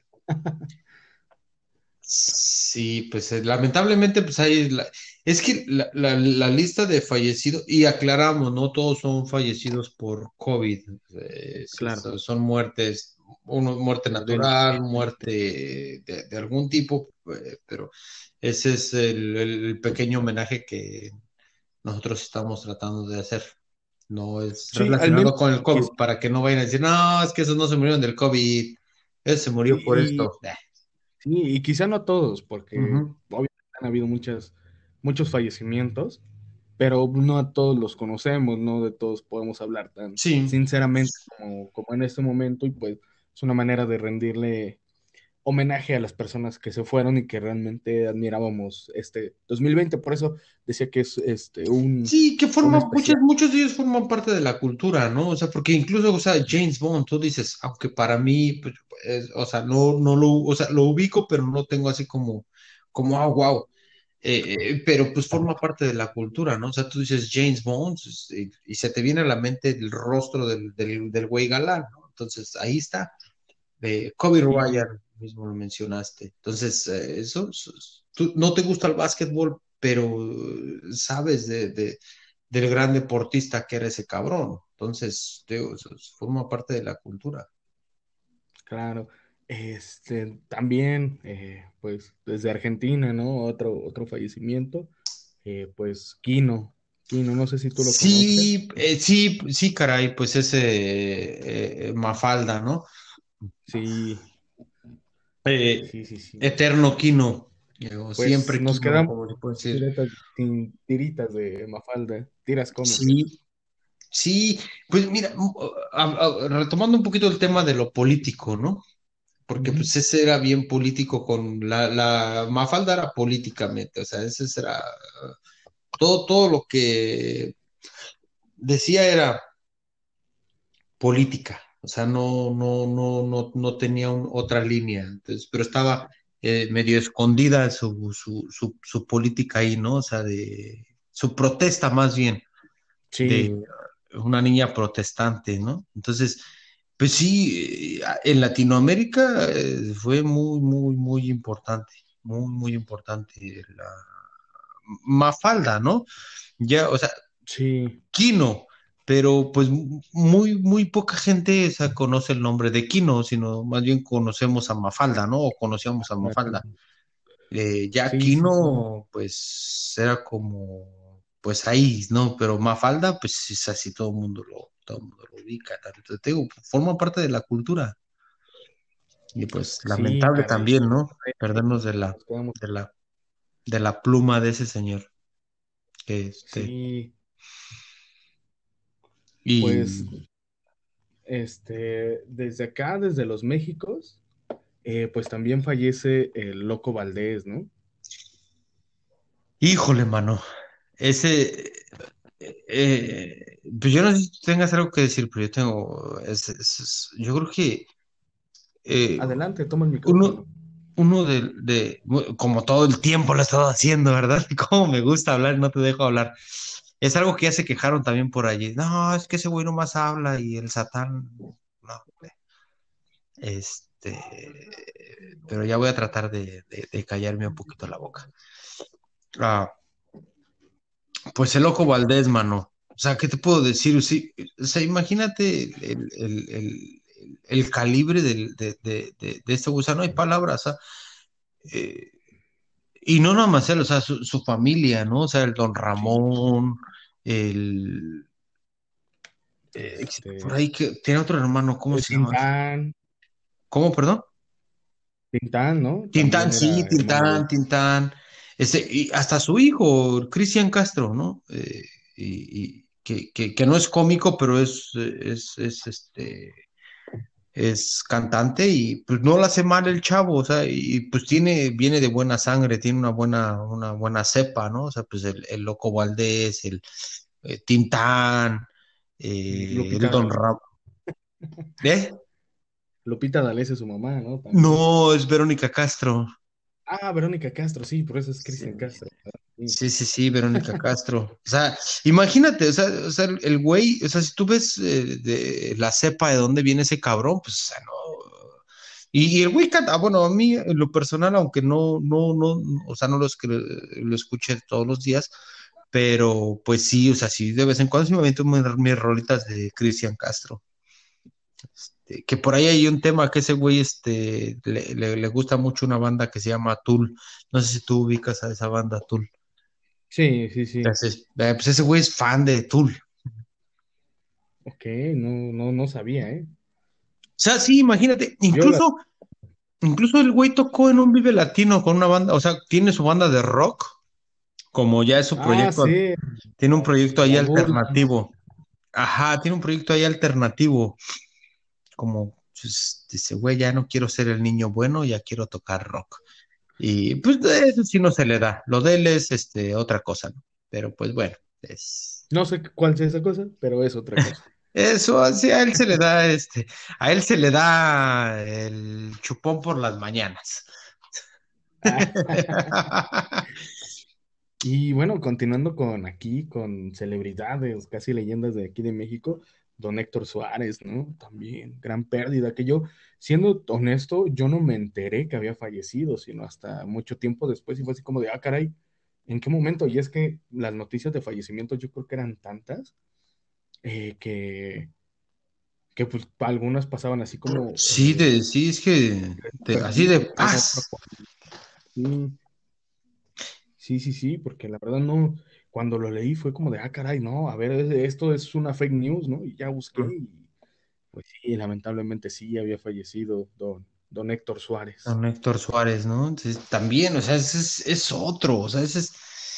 Sí, pues eh, lamentablemente, pues ahí la- es que la, la- la lista de fallecidos, y aclaramos, no todos son fallecidos por COVID, eh, sí, Claro, so- son muertes uno, muerte de, de natural, niñez. muerte de, de algún tipo, eh, pero ese es el, el pequeño homenaje que nosotros estamos tratando de hacer. No es Sí, al menos relacionado con el quizá, COVID, para que no vayan a decir, no, es que esos no se murieron del COVID, ese se murió por y, y- esto. Eh, sí, y quizá no todos, porque ujú. obviamente han habido muchas, muchos fallecimientos, pero no a todos los conocemos, no de todos podemos hablar tan Sí, sinceramente como, como en este momento, y pues es una manera de rendirle homenaje a las personas que se fueron y que realmente admirábamos este dos mil veinte. Por eso decía que es este un, sí, que un forma, muchos, especial. muchos de ellos forman parte de la cultura, ¿no? O sea, porque incluso, o sea, James Bond, tú dices, aunque para mí, pues, es- o sea, no, no lo, o sea, lo ubico, pero no tengo así como, como, ah, wow. Eh, eh, pero pues forma parte de la cultura, ¿no? O sea, tú dices James Bond pues, y, y se te viene a la mente el rostro del, del, del güey galán, ¿no? Entonces, ahí está. Eh, Kobe Sí, Bryant, mismo lo mencionaste. Entonces, eh, eso, eso- tú no te gusta el básquetbol, pero eh, sabes de, de- del gran deportista que era ese cabrón. Entonces, digo, eso es- forma parte de la cultura. claro. Este, también, eh, pues, desde Argentina, ¿no? Otro, otro fallecimiento, eh, pues, Quino. Quino, no sé si tú lo conozcas. Sí, eh, sí, sí, caray, pues ese eh, eh, Mafalda, ¿no? Sí, Eh, sí, sí, sí. eterno Kino, digo, Pues siempre nos Kino, quedamos como se puede sin decir. tiritas, sin tiritas de Mafalda, tiras cómicas. Sí, sí, pues mira, mm, a- a- retomando un poquito el tema de lo político, ¿no? Porque Ujú. pues ese era bien político con la, la Mafalda era políticamente, o sea, ese era todo, todo lo que decía era política, o sea, no, no, no, no, no tenía un- otra línea, entonces, pero estaba eh, medio escondida su, su, su, su política ahí, ¿no? O sea, de su protesta más bien de Sí, una niña protestante, ¿no? Entonces, pues sí, eh, en Latinoamérica eh, fue muy, muy, muy importante, muy, muy importante la Mafalda, ¿no? Ya, o sea, sí, Kino, pero pues muy, muy poca gente, o sea, conoce el nombre de Kino, sino más bien conocemos a Mafalda, ¿no? O conocíamos a claro. Mafalda. Eh, ya Sí, sí, sí. Kino, pues era como, pues ahí, ¿no? Pero Mafalda, pues es así, todo el mundo lo, todo el mundo lo ubica, tal. Entonces, te digo, forma parte de la cultura. Y pues Sí, lamentable caray. también, ¿no? Perdernos de la, Nos quedamos. de la, de la pluma de ese señor. Que este, Sí, pues, y este, desde acá, desde los Méxicos, eh, pues también fallece el Loco Valdés, ¿no? híjole, mano, ese, eh, pues yo no sé si tú tengas algo que decir, pero yo tengo, es- es- es- yo creo que eh, Adelante, toma el uno, micrófono. uno de, de, bueno, como todo el tiempo lo he estado haciendo, ¿verdad? Como me gusta hablar y no te dejo hablar. Es algo que ya se quejaron también por allí. No, es que ese güey nomás habla y el Satán, no, hombre. Este, pero ya voy a tratar de, de- de callarme un poquito la boca. Ah, pues el Loco Valdés, mano. O sea, ¿qué te puedo decir? Sí, o sea, imagínate el, el- el- el calibre del- de, de, de, de este güey. O sea, no hay palabras. O sea, eh, y no nada más él, o sea, su, su familia, ¿no? O sea, el Don Sí, Ramón, el... eh, por este, ahí que tiene otro hermano, ¿cómo eh, se llama? Tintán, ¿Cómo, perdón? Tintán, ¿no? Tintán, También sí, era hermano de... Tintán, Tintán. Ese, y hasta su hijo, Cristian Castro, ¿no? Eh, y, y que, que, que no es cómico, pero es, es, es, este, es cantante y pues no lo hace mal el chavo, o sea, y pues tiene, viene de buena sangre, tiene una buena, una buena cepa, ¿no? O sea, pues el, el Loco Valdés, el eh, Tintán, y eh, el Lupita Don D'Alessio. Ramón. ¿Eh? Lupita D'Alessio, su mamá, ¿no? También. No, es Verónica Castro. Ah, Verónica Castro, sí, por eso es Sí. Cristian Castro, ¿verdad? Sí, Sí, sí, sí, Verónica Castro. O sea, imagínate, o sea, o sea, el el güey, o sea, si tú ves eh, de la cepa de dónde viene ese cabrón, pues, o sea, no. Y, y el güey canta, ah, bueno, a mí, en lo personal, aunque no, no, no, o sea, no lo, es que lo escuché todos los días, pero pues sí, o sea, sí, de vez en cuando sí me aviento mis, mis rolitas de Cristian Castro. Este, que por ahí hay un tema que ese güey este, le, le- le gusta mucho una banda que se llama Tool. No sé si tú ubicas a esa banda Tool. Sí, sí, sí. Entonces, eh, pues ese güey es fan de Tool. Ok, no, no, no sabía, ¿eh? O sea, sí, imagínate, Yo la... incluso, incluso el güey tocó en un Vive Latino con una banda, o sea, tiene su banda de rock, como ya es su Ah, proyecto, sí, tiene un proyecto ahí la burla, ¿no? alternativo. Ajá, tiene un proyecto ahí alternativo, como pues, dice, güey, ya no quiero ser el niño bueno, ya quiero tocar rock. Y pues eso sí no se le da. Lo de él es este, otra cosa, ¿no? Pero pues bueno, es. No sé cuál sea esa cosa, pero es otra cosa. Eso, así a él se le da, este, a él se le da el chupón por las mañanas. Y bueno, continuando con aquí, con celebridades, casi leyendas de aquí de México, don Héctor Suárez, ¿no? También, gran pérdida, que yo, siendo honesto, yo no me enteré que había fallecido, sino hasta mucho tiempo después y fue así como de, ah, caray, ¿en qué momento? Y es que las noticias de fallecimiento yo creo que eran tantas eh, que, que pues algunas pasaban así como, Sí, eh, de, sí, es que de- así de perdido, y luego otro paz. cuando- sí. Sí, sí, sí, porque la verdad no, cuando lo leí fue como de, ah, caray, no, a ver, es- esto es una fake news, ¿no? Y ya busqué y pues sí, lamentablemente sí había fallecido don, don Héctor Suárez. Don Héctor Suárez, ¿no? Entonces, también, o sea, ese es, es otro, o sea, ese es.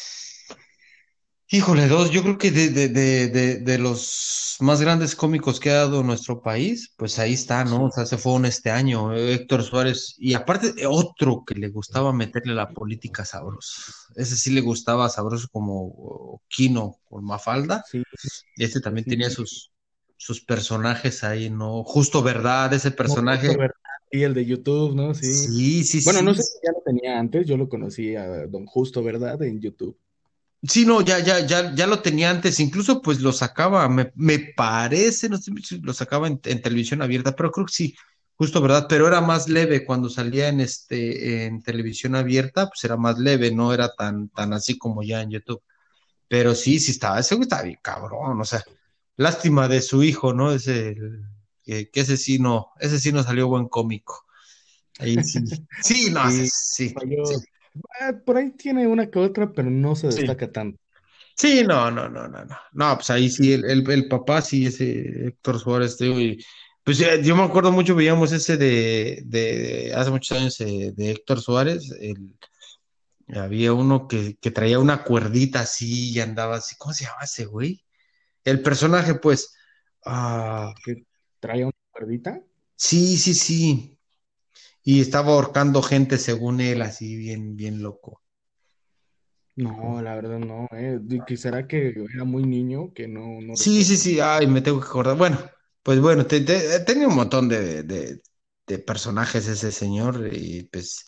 Híjole, dos, yo creo que de, de, de, de, de los más grandes cómicos que ha dado nuestro país, pues ahí está, ¿no? O Sí, sea, se fue un este año, eh, Héctor Suárez, y aparte eh, otro que le gustaba meterle la política sabroso. Ese sí le gustaba sabroso como Quino con Mafalda, sí, y este también sí, tenía sí. sus, sus personajes ahí, ¿no? Justo Verdad, ese No, justo, personaje. ¿verdad? Sí, el de YouTube, ¿no? Sí. Sí, sí, Bueno, sí. no sé si ya lo tenía antes, yo lo conocí a don Justo, ¿verdad? En YouTube. Sí, no, ya, ya, ya, ya lo tenía antes, incluso pues lo sacaba, me, me parece, no sé si lo sacaba en, en televisión abierta, pero creo que sí, justo verdad, pero era más leve cuando salía en este, en televisión abierta, pues era más leve, no era tan, tan así como ya en YouTube. Pero sí, sí estaba, ese güey estaba bien cabrón, o sea, lástima de su hijo, ¿no? Ese, el- que, que ese sí no, ese sí no salió buen cómico. Ahí sí, sí, no, ese Sí, sí, sí, falló. Ah, por ahí tiene una que otra, pero no se sí. destaca tanto. Sí, no, no, no, no, no. No, pues ahí sí, el, el, el papá, sí, ese Héctor Suárez, te digo, y pues eh, yo me acuerdo mucho, veíamos ese de, de hace muchos años eh, de Héctor Suárez, el, había uno que, que traía una cuerdita así y andaba así, ¿cómo se llama ese güey? El personaje, pues, ah, Que traía una cuerdita. sí, sí, sí, y estaba ahorcando gente según él, así bien, bien loco. No, la verdad no, eh. ¿De que será que era muy niño? Que no, no Sí, sí, recuerdo. sí, ay, me tengo que acordar. Bueno, pues bueno, te- te- tenía un montón de, de, de personajes ese señor y pues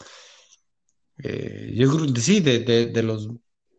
eh, yo creo que sí, de, de, de los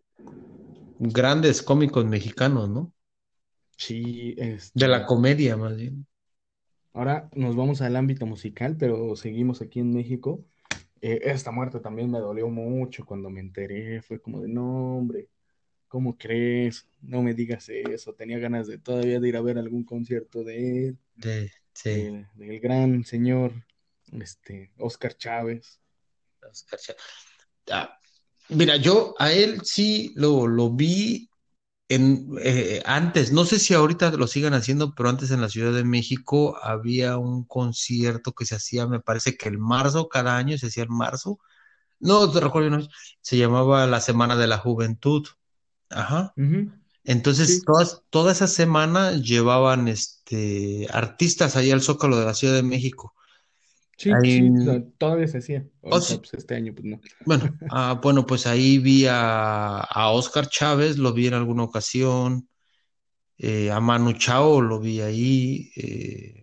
grandes cómicos mexicanos, ¿no? Sí, De la este. comedia, más bien. Ahora nos vamos al ámbito musical, pero seguimos aquí en México. Eh, esta muerte también me dolió mucho cuando me enteré. Fue como de, no, hombre, ¿cómo crees? No me digas eso. Tenía ganas de todavía de ir a ver algún concierto de él, De, sí, del, del gran señor, este, Oscar Chávez. Oscar Chávez. Ah, mira, yo a él sí lo, lo vi en, eh, antes, no sé si ahorita lo sigan haciendo, pero antes en la Ciudad de México había un concierto que se hacía, me parece que el marzo, cada año se hacía en marzo. No te recuerdo una vez, se llamaba la Semana de la Juventud. Ajá. Ujú, Entonces, sí, todas, toda esa semana llevaban este, artistas ahí al Zócalo de la Ciudad de México. sí, Ahí, sí, o sea, todavía se hacía. oh, Ahorita, sí, pues este año, pues no. bueno, ah, bueno, pues ahí vi a, a Oscar Chávez, lo vi en alguna ocasión, eh, a Manu Chao lo vi ahí, eh,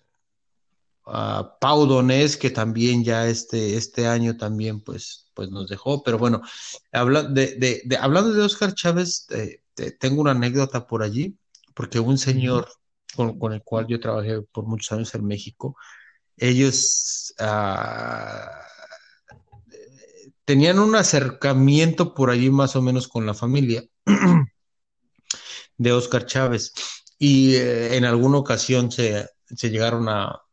a Pau Donés, que también ya este, este año también pues, pues nos dejó, pero bueno, habla, de, de, de- hablando de Oscar Chávez, eh, te- tengo una anécdota por allí, porque un Ujú, señor con, con el cual yo trabajé por muchos años en México, ellos ah, tenían un acercamiento por allí más o menos con la familia de Oscar Chávez y eh, en alguna ocasión se, se llegaron a, a,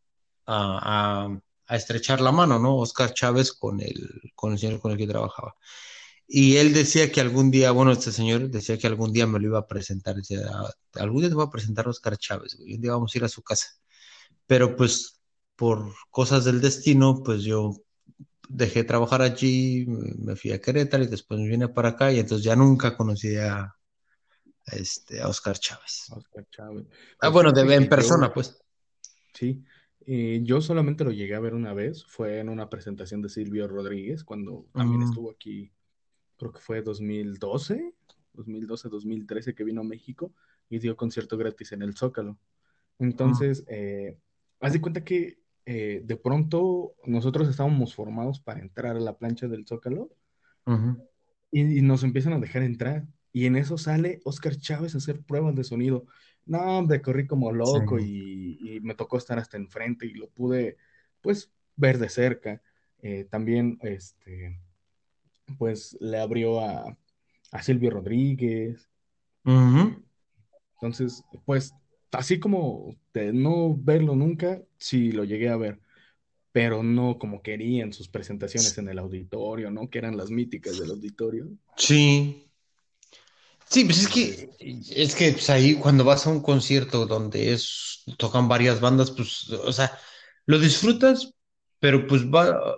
a- a estrechar la mano, ¿no? Oscar Chávez con el, con el señor con el que trabajaba. Y él decía que algún día, bueno, este señor decía que algún día me lo iba a presentar. Decía, "Ah, algún día te voy a presentar a Oscar Chávez, güey. Un día vamos a ir a su casa." Pero pues por cosas del destino, pues yo dejé de trabajar allí, me fui a Querétaro y después me vine para acá y entonces ya nunca conocí a, este, a Oscar Chávez. Oscar Chávez. Ah, Pues bueno, de, fíjate en que yo, persona, pues. sí, eh, yo solamente lo llegué a ver una vez, fue en una presentación de Silvio Rodríguez, cuando también Mm, estuvo aquí, creo que fue dos mil doce, dos mil doce, dos mil trece que vino a México y dio concierto gratis en el Zócalo. mm, Entonces, eh, haz de cuenta que eh, de pronto nosotros estábamos formados para entrar a la plancha del Zócalo ujú. y, y nos empiezan a dejar entrar. Y en eso sale Oscar Chávez a hacer pruebas de sonido. No, hombre, corrí como Sí. loco y, y me tocó estar hasta enfrente y lo pude, pues, ver de cerca. Eh, también, este, pues, le abrió a, a Silvio Rodríguez. Ujú. Entonces, pues, así como de no verlo nunca, sí lo llegué a ver, pero no como querían sus presentaciones en el auditorio, ¿no? Que eran las míticas del auditorio. Sí. Sí, pues es Entonces, que, es que pues ahí cuando vas a un concierto donde es, tocan varias bandas, pues, o sea, lo disfrutas, pero pues va,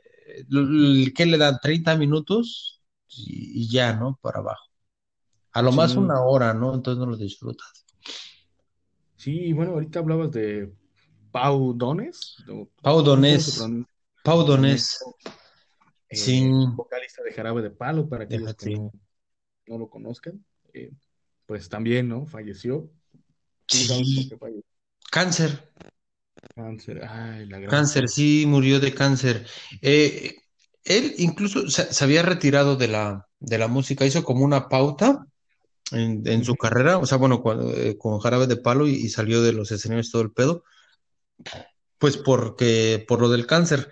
eh, ¿qué le dan? ¿Treinta minutos? Y, y ya, ¿no? Para abajo. A lo más sí, una hora, ¿no? Entonces no lo disfrutas. sí, y bueno, ahorita hablabas de Pau Dones, ¿no? Pau ¿Cómo, cómo se Donés, pronuncia? Pau Donés, Donés, sí, eh, vocalista de Jarabe de Palo, para aquellos que déjate. no, no lo conozcan. Eh, pues también, ¿no? Falleció. ¿Tú sabes por Sí, qué falleció? cáncer, Cáncer, ay, la gran cáncer, Pau. sí, murió de cáncer. Eh, él incluso se, se había retirado de la, de la música, hizo como una pauta en, en su Ujú, carrera, o sea, bueno, cuando, eh, con Jarabe de Palo y, y salió de los escenarios todo el pedo, pues porque, por lo del cáncer.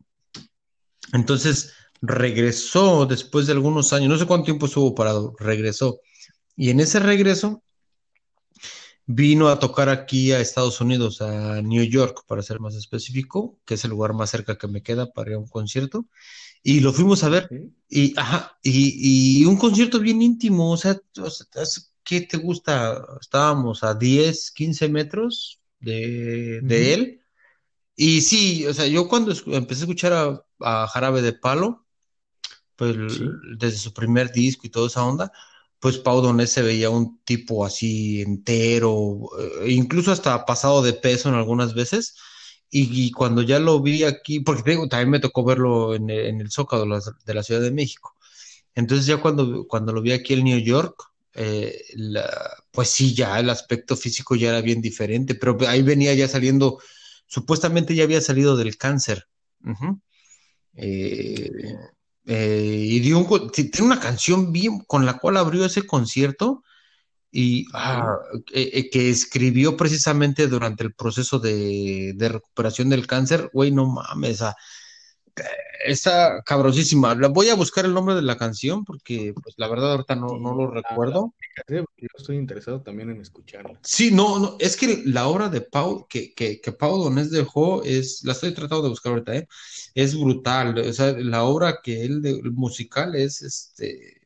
Entonces regresó después de algunos años, no sé cuánto tiempo estuvo parado, regresó. Y en ese regreso vino a tocar aquí a Estados Unidos, a New York, para ser más específico, que es el lugar más cerca que me queda para ir a un concierto. Y lo fuimos a ver. ok, Y, ajá, y, y un concierto bien íntimo, o sea, o sea, es- ¿qué te gusta? Estábamos a diez quince metros de, de ujú, él. Y sí, o sea, yo cuando escu- empecé a escuchar a, a Jarabe de Palo, pues sí, desde su primer disco y toda esa onda, pues Pau Donés se veía un tipo así entero, eh, incluso hasta pasado de peso en algunas veces. Y, y cuando ya lo vi aquí, porque te digo, también me tocó verlo en el, en el Zócalo de la, de la Ciudad de México. Entonces ya cuando, cuando lo vi aquí en New York, eh, la- pues sí, ya el aspecto físico ya era bien diferente, pero ahí venía ya saliendo, supuestamente ya había salido del cáncer. Ujú. Eh, ok, eh, y dio un co- ti- tiene una canción bien con la cual abrió ese concierto y ok. ah, eh, eh, que escribió precisamente durante el proceso de, de recuperación del cáncer. Güey, no mames, ah, está cabrosísima. La voy a buscar el nombre de la canción porque pues la verdad ahorita no, no Y lo la, la recuerdo. ubicas, ¿eh? Porque yo estoy interesado también en escucharla. Sí, no, no, es que la obra de Pau, que, que, que Pau Donés dejó, es, la estoy tratando de buscar ahorita, ¿eh? Es brutal. O sea, la obra que él, de, el musical es, este,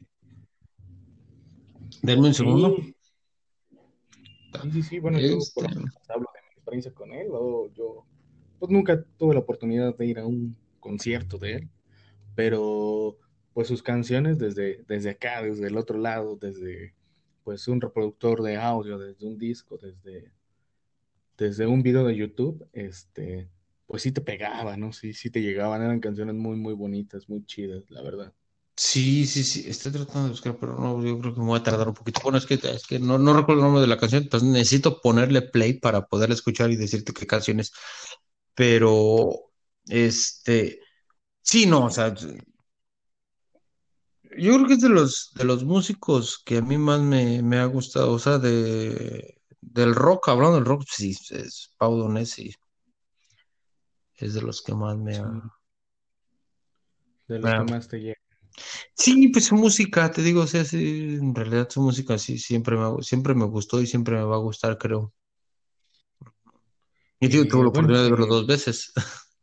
denme un segundo. Sí, sí, sí, sí. Bueno, yo por Este, lo menos hablo de mi experiencia con él. O yo, pues nunca tuve la oportunidad de ir a un concierto de él, pero pues sus canciones desde, desde acá, desde el otro lado, desde pues un reproductor de audio, desde un disco, desde, desde un video de YouTube, este, pues sí te pegaba, ¿no? Sí, sí te llegaban, eran canciones muy, muy bonitas, muy chidas, la verdad. sí, sí, sí, estoy tratando de buscar, pero no, yo creo que me voy a tardar un poquito. Bueno, es que, es que no, no recuerdo el nombre de la canción, entonces necesito ponerle play para poderla escuchar y decirte qué canción es. Pero, este, sí, no, o sea, yo creo que es de los, de los músicos que a mí más me, me ha gustado, o sea, de, del rock, hablando del rock, sí, es Pau Donés, sí, es de los que más me ha, Sí, de me los que ha- más te llegan. Sí, pues su música, te digo, o sea, sí, en realidad su música sí siempre me, ha- siempre me gustó y siempre me va a gustar, creo. Y yo tuve Eh, la bueno, oportunidad de verlo eh, dos veces.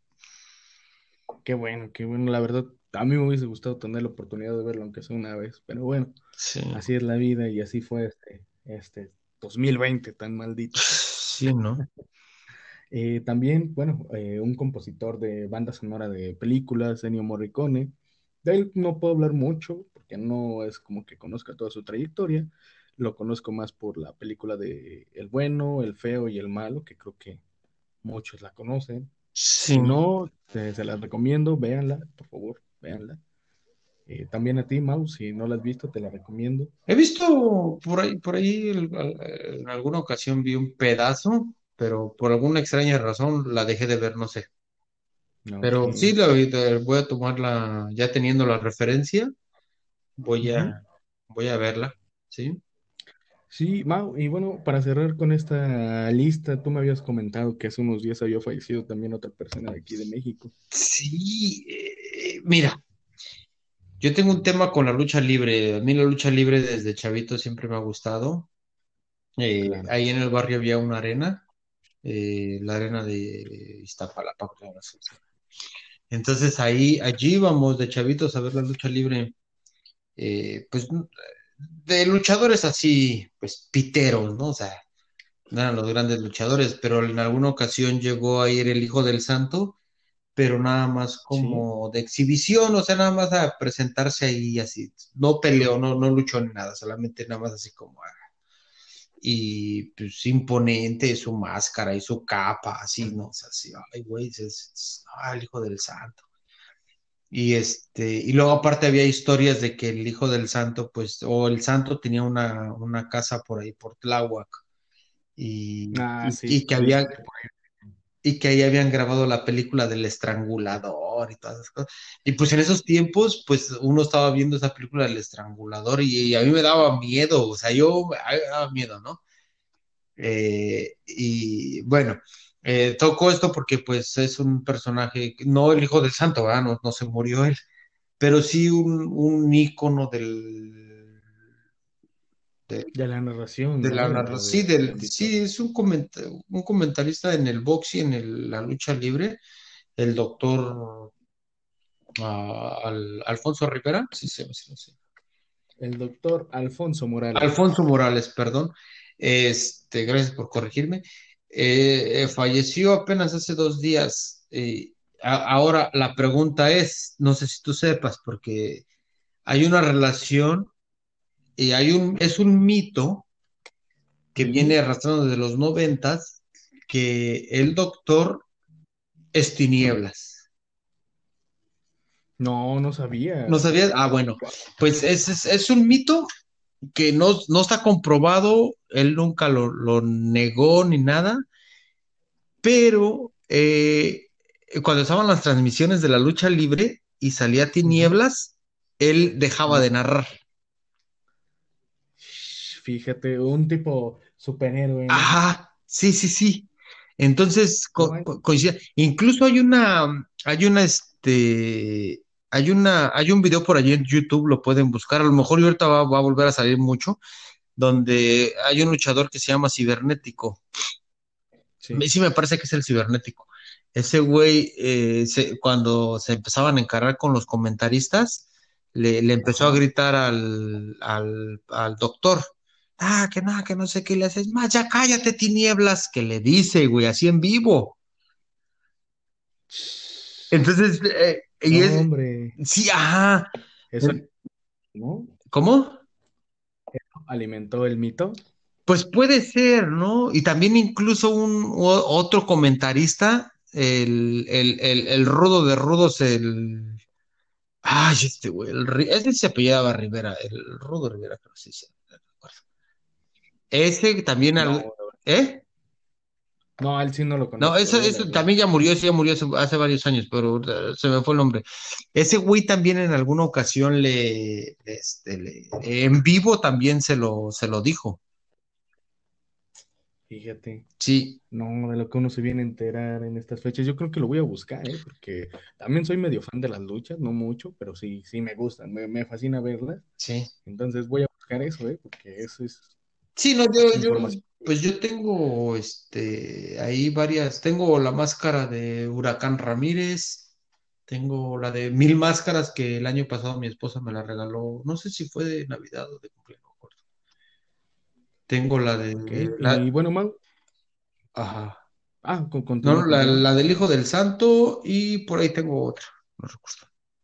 qué bueno, qué bueno. La verdad, a mí me hubiese gustado tener la oportunidad de verlo, aunque sea una vez. Pero bueno, Sí, así es la vida y así fue este, este dos mil veinte tan maldito. sí, ¿no? Eh, también, bueno, eh, un compositor de banda sonora de películas, Ennio Morricone. De él no puedo hablar mucho porque no es como que conozca toda su trayectoria. Lo conozco más por la película de El bueno, el feo y el malo, que creo que muchos la conocen. Sí. Si no, te- se las recomiendo, véanla, por favor, véanla. Eh, también a ti, Mau, si no la has visto, te la recomiendo. He visto por ahí, por ahí el- al- en alguna ocasión vi un pedazo, pero por alguna extraña razón la dejé de ver, no sé. Ok. Pero sí, la, la- voy a tomarla, ya teniendo la referencia, voy Ujú. a, voy a verla, ¿sí? Sí, Mau, y bueno, para cerrar con esta lista, tú me habías comentado que hace unos días había fallecido también otra persona de aquí de México. Sí, eh, mira, yo tengo un tema con la lucha libre. A mí la lucha libre desde chavito siempre me ha gustado. Eh, Claro. ahí en el barrio había una arena, eh, la arena de Iztapalapa, creo, no sé. Entonces ahí, allí íbamos de chavitos a ver la lucha libre, eh, pues de luchadores así, pues piteros, ¿no? O sea, no eran los grandes luchadores, pero en alguna ocasión llegó a ir el Hijo del Santo, pero nada más Sí. como de exhibición, o sea, nada más a presentarse ahí así. No peleó, no, no luchó ni nada, solamente nada más así como, ah, y pues imponente su máscara y su capa, así, ¿no? O sea, así, ay, güey, es, es- ah, el Hijo del Santo. Y este, y luego aparte había historias de que el hijo del santo, pues, o el santo tenía una, una casa por ahí, por Tláhuac, y, Ah, y, sí, y que sí, había, escuché por ahí. y que ahí habían grabado la película del Estrangulador y todas esas cosas. Y pues en esos tiempos, pues uno estaba viendo esa película del Estrangulador y, y a mí me daba miedo, o sea, yo a mí me daba miedo, ¿no? Eh, y bueno, eh, tocó esto porque pues es un personaje, no el hijo del santo, ¿verdad? No, no se murió él, pero sí un, un ícono del, de, De la narración, de ¿no? la Dentro narración. Sí, de del, las sí, historias. es un, coment- un comentarista en el box y en el- la lucha libre, el doctor ah, Al- Alfonso Rivera, sí, sí, sí, sí. El doctor Alfonso Morales. Alfonso Morales, perdón. Este, gracias por corregirme. Eh, eh, falleció apenas hace dos días. Eh, a- ahora la pregunta es, no sé si tú sepas, porque hay una relación y hay un, es un mito que Ujú. viene arrastrando desde los noventas, que el doctor es tinieblas. No, no ¿No sabía. sabías? Ah, bueno, pues es, es, es un mito que no, no está comprobado, él nunca lo, lo negó ni nada, pero eh, cuando estaban las transmisiones de la lucha libre y salía Ujú. tinieblas, él dejaba de No. narrar. Fíjate, un tipo superhéroe, ¿no? Ajá, sí, sí, sí. Entonces, No co- hay. co- coincide. Incluso hay una, hay una, este, hay una, hay un video por allí en YouTube, lo pueden buscar. A lo mejor y ahorita va, va a volver a salir mucho, donde hay un luchador que se llama Cibernético. A mí Sí. sí me parece que es el Cibernético. Ese güey, eh, se- cuando se empezaban a encarar con los comentaristas, le, le empezó a Ajá. gritar al, al, al doctor. Ah, que nada, que no sé qué le haces. Más, ya cállate, tinieblas, que le dice, güey, así en vivo. Entonces, eh, y No, es, hombre. sí, ajá. Eso, ¿no? ¿Cómo? Alimentó el mito. Pues puede ser, ¿no? Y también incluso un o- otro comentarista, el, el, el, el rudo de rudos, el... Ay, este güey, el, Ri- ese se apellidaba Rivera, el rudo Rivera, pero sí, sí, no recuerdo. Ese también, algo- No, ¿eh? no, a él sí no lo No, conozco, eso, eh, la eso verdad. también ya murió, ese ya murió hace, hace varios años, pero eh, se me fue el nombre. Ese güey también en alguna ocasión le, este, le- en vivo también se lo, se lo dijo. Fíjate. Sí, No, de lo que uno se viene a enterar en estas fechas. Yo creo que lo voy a buscar, ¿eh? Porque también soy medio fan de las luchas, no mucho, pero sí, sí me gustan, me, me fascina verlas. sí. Entonces voy a buscar eso, ¿eh? Porque eso es Sí, no, yo, yo, información. Pues yo tengo este ahí varias, tengo la máscara de Huracán Ramírez, tengo la de Mil Máscaras que el año pasado mi esposa me la regaló, no sé si fue de Navidad o de cumpleaños, no me acuerdo. Tengo la Ok, de la, y bueno, Mau, ajá. Ah, con- no, continúa, la, continúa. la del Hijo del Santo y por ahí tengo otra, no recuerdo.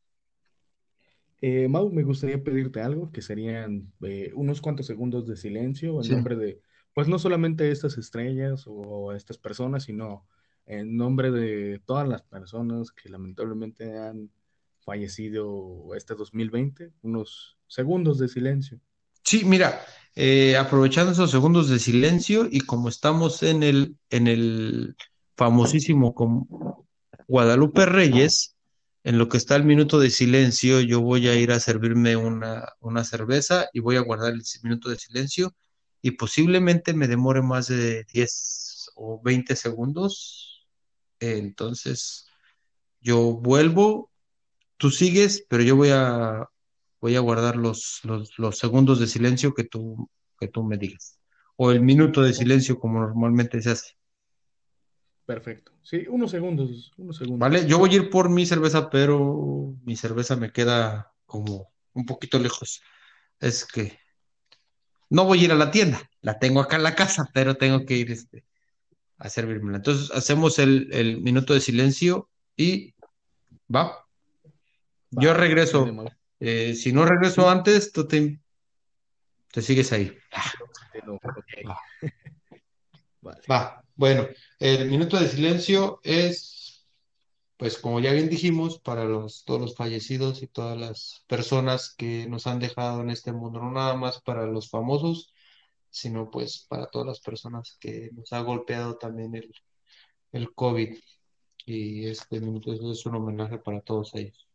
Eh, Mau, me gustaría pedirte algo, que serían eh, unos cuantos segundos de silencio en Sí. nombre de, pues no solamente estas estrellas o estas personas, sino en nombre de todas las personas que lamentablemente han fallecido este dos mil veinte. Unos segundos de silencio. Sí, mira, eh, aprovechando esos segundos de silencio y como estamos en el, en el famosísimo com- Guadalupe Reyes, en lo que está el minuto de silencio, yo voy a ir a servirme una, una cerveza y voy a guardar el minuto de silencio y posiblemente me demore más de diez o veinte segundos. Eh, entonces, yo vuelvo. Tú sigues, pero yo voy a, voy a guardar los, los, los segundos de silencio que tú, que tú me digas. O el minuto de Oh, silencio como normalmente se hace. perfecto. Sí, unos segundos, unos ¿Vale? segundos. Yo voy a ir por mi cerveza, pero mi cerveza me queda como un poquito lejos. Es que no voy a ir a la tienda. La tengo acá en la casa, pero tengo que ir este, a servírmela. Entonces hacemos el, el minuto de silencio y va. Yo Va, sale, regreso. Mau. Eh, si no regreso Sí, antes, tú te, te sigues ahí. continúo. Ok, Va. vale. Va, bueno, el minuto de silencio es, pues como ya bien dijimos, para los, todos los fallecidos y todas las personas que nos han dejado en este mundo, no nada más para los famosos, sino pues para todas las personas que nos ha golpeado también el, el COVID. Y este minuto es un homenaje para todos ellos.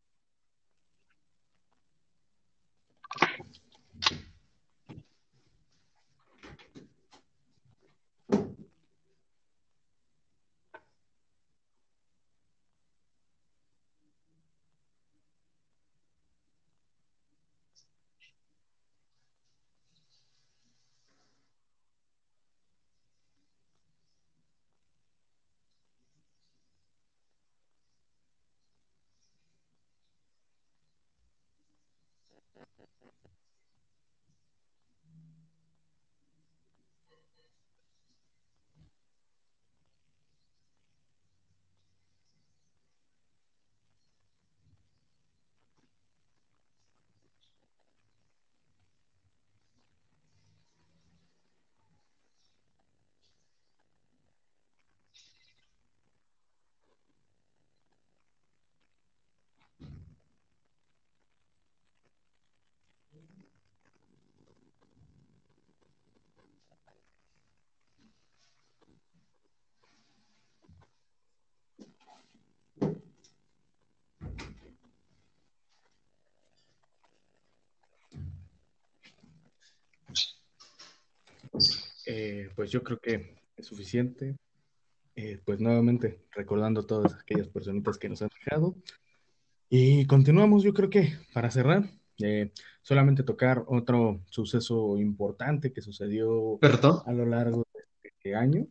Eh, pues yo creo que es suficiente. Eh, pues nuevamente recordando todas aquellas personitas que nos han dejado. Y continuamos, yo creo que para cerrar, eh, solamente tocar otro suceso importante que sucedió Perdón. a lo largo de este año.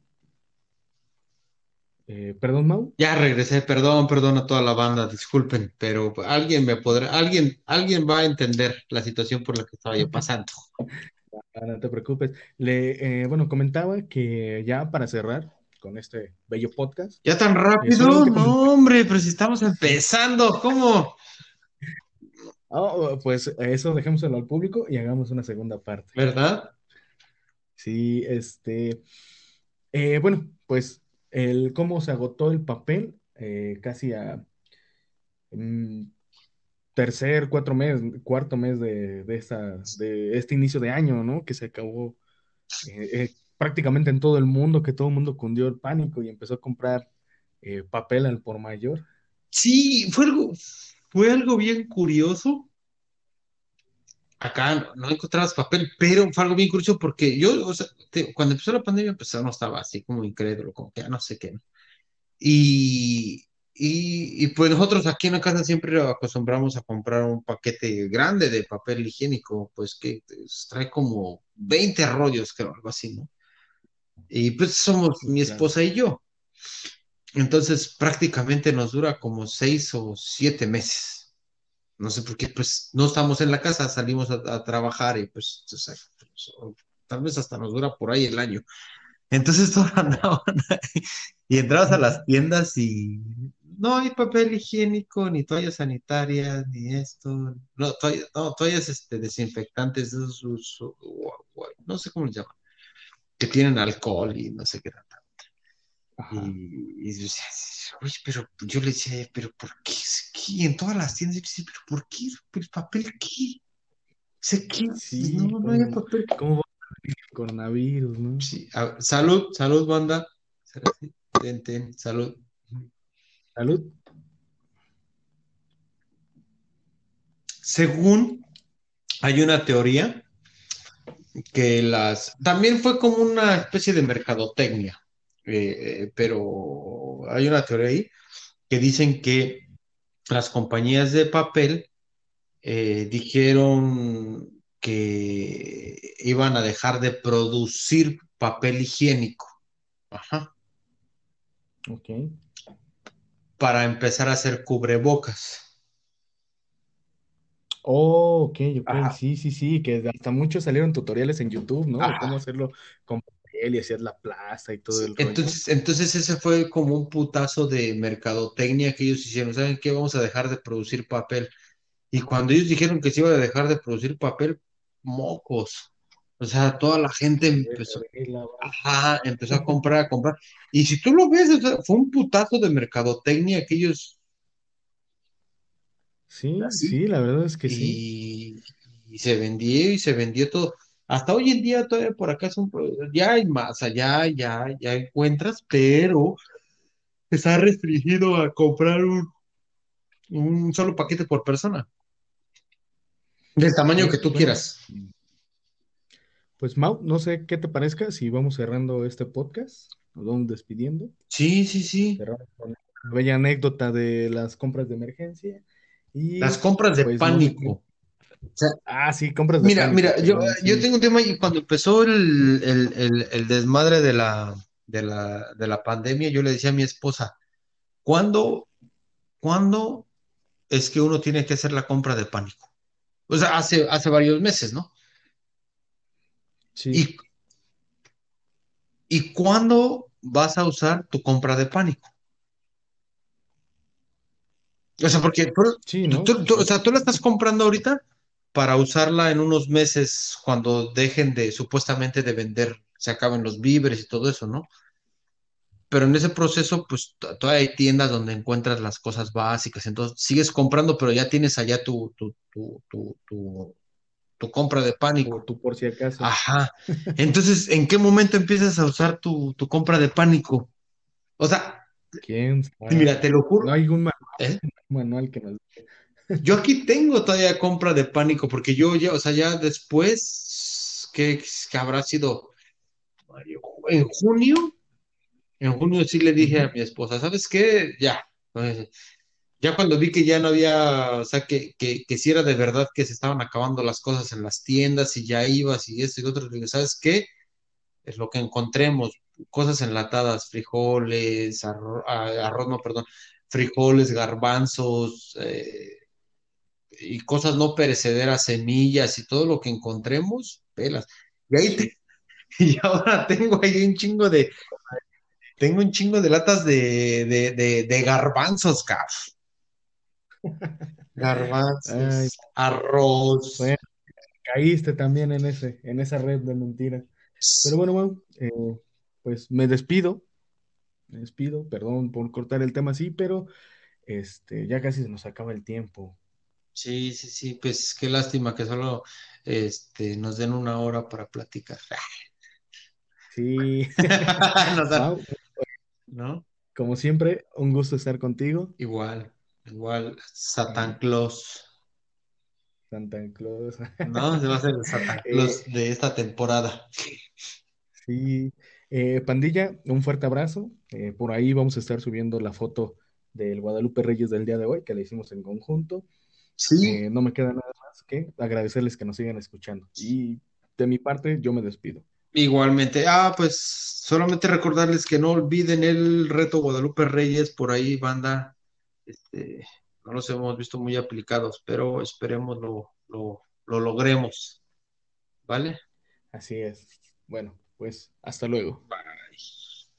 Eh, perdón, Mau. Ya regresé, perdón, perdón a toda la banda, disculpen, pero alguien me podrá, alguien, alguien va a entender la situación por la que estaba yo pasando. Ah, no te preocupes. Le, eh, bueno, comentaba que ya para cerrar con este bello podcast, ¿Ya tan eh, rápido? solamente comentar. No, hombre, pero si estamos empezando, ¿cómo? Oh, pues eso dejémoselo al público y hagamos una segunda parte. ¿Verdad? Sí, este, eh, bueno, pues el cómo se agotó el papel eh, casi a mm, tercer, cuatro mes, cuarto mes de, de esta, de este inicio de año, ¿no? Que se acabó eh, eh, prácticamente en todo el mundo, que todo el mundo cundió el pánico y empezó a comprar eh, papel al por mayor. Sí, fue algo, fue algo bien curioso. Acá no, no encontrabas papel, pero fue algo bien curioso porque yo, o sea, te- cuando empezó la pandemia, pues no estaba así como incrédulo, como que ya no sé qué, ¿no? Y, y, y, pues nosotros aquí en la casa siempre acostumbramos a comprar un paquete grande de papel higiénico, pues que pues, trae como veinte rollos, creo, algo así, ¿no? Y pues somos Sí, mi claro. esposa y yo. Entonces prácticamente nos dura como seis o siete meses. No sé por qué, pues no estamos en la casa, salimos a, a trabajar y pues, o sea, pues, o tal vez hasta nos dura por ahí el año. Entonces todos andaban ahí y entrabas a las tiendas y no hay papel higiénico, ni toallas sanitarias, ni esto, no, toallas, no, toallas este, desinfectantes, esos, esos, gua- gua- no sé cómo les llaman, que tienen alcohol y no sé qué tanta. Ajá. Y, y yo decía, "Uy, pero yo le decía, pero ¿por qué? ¿Es aquí en todas las tiendas? Yo decía, pero ¿por qué? ¿El papel qué? Sé que no, Sí, no hay ¿cómo, papel. cómo va el coronavirus, ¿no? Sí, a- salud, salud, banda. Ten, ten, salud. Salud. Según hay una teoría que las también fue como una especie de mercadotecnia, eh, eh, pero hay una teoría ahí que dicen que las compañías de papel eh, dijeron que iban a dejar de producir papel higiénico, ajá, Ok. para empezar a hacer cubrebocas. Oh, ok, ok, Ajá, sí, sí, sí, que hasta muchos salieron tutoriales en YouTube, ¿no? De cómo ajá. hacerlo con papel y hacer la plaza y todo Sí, el rollo. entonces, entonces ese fue como un putazo de mercadotecnia que ellos hicieron. ¿Saben qué? Vamos a dejar de producir papel. Y cuando ellos dijeron que se iba a dejar de producir papel, mocos. O sea, toda la gente Deja empezó, de lavar. ajá, empezó a comprar, a comprar. Y si tú lo ves, o sea, fue un putazo de mercadotecnia que ellos Sí, así sí, la verdad es que sí. y, y se vendió y se vendió todo. Hasta hoy en día todavía por acá es un, pro- ya hay más, allá ya, ya encuentras, pero está restringido a comprar un, un solo paquete por persona, del tamaño que Ok, tú bueno, quieras. pues Mau, no sé qué te parezca si vamos cerrando este podcast, nos vamos despidiendo, Sí, sí, sí. cerramos con una bella anécdota de las compras de emergencia Las y compras de pues no sé qué. pánico. O sea, Ah, sí, compras de mira, pánico, mira, yo, perdón, yo sí. tengo un tema y cuando empezó el, el, el, el desmadre de la, de la, de la pandemia, yo le decía a mi esposa, ¿cuándo, ¿cuándo es que uno tiene que hacer la compra de pánico? O sea, hace, hace varios meses, ¿no? Sí, ¿Y, ¿y cuándo vas a usar tu compra de pánico? O sea, porque sí, tú, ¿no? tú- tú- o sea, tú la estás comprando ahorita para usarla en unos meses cuando dejen de supuestamente de vender, se acaben los víveres y todo eso, ¿no? Pero en ese proceso, pues t- todavía hay tiendas donde encuentras las cosas básicas, entonces sigues comprando, pero ya tienes allá tu, tu, tu, tu, tu, tu compra de O pánico. tú por si acaso. Ajá. Entonces, ¿en qué momento empiezas a usar tu, tu compra de pánico? O sea, ¿Quién mira, sabe? te lo No juro, hay un ma- ¿eh? manual que nos... Yo aquí tengo todavía compra de pánico, porque yo ya, o sea, ya después, ¿qué, ¿qué habrá sido? Mayo, En junio, en junio sí le dije a Ujú. mi esposa, ¿sabes qué? Ya. eh, Ya cuando vi que ya no había, o sea, que, que, que si era de verdad que se estaban acabando las cosas en las tiendas y ya ibas y esto y lo otro, le digo, ¿sabes qué? Es lo que encontremos, cosas enlatadas, frijoles, arro- a- arroz, no, perdón, frijoles, garbanzos, eh, y cosas no perecederas, semillas y todo lo que encontremos, pelas. Y ahí Sí. te- y ahora tengo ahí un chingo de, tengo un chingo de latas de, de, de, de garbanzos, caf. Ay, Garbanzos, arroz. bueno, caíste también en ese, en esa red de mentiras. Pero bueno, Mau, eh, pues me despido, me despido, perdón por cortar el tema así, pero este, ya casi se nos acaba el tiempo. Sí, sí, sí, pues qué lástima que solo este, nos den una hora para platicar. Sí, Nos da- Mau, ¿no? como siempre, un gusto estar contigo. Igual, igual, Satan Y Claus, Santa Claus. ¿no? Se va a ser el Satan Eh, Claus de esta temporada. sí, eh, pandilla, un fuerte abrazo. Eh, por ahí vamos a estar subiendo la foto del Guadalupe Reyes del día de hoy, que la hicimos en conjunto. Sí, Eh, no me queda nada más que agradecerles que nos sigan escuchando. Y de mi parte, yo me despido. Igualmente, ah, pues solamente recordarles que no olviden el reto Guadalupe Reyes, por ahí, banda, este, no los hemos visto muy aplicados, pero esperemos lo, lo, lo logremos, ¿vale? Así es. Bueno, pues hasta luego.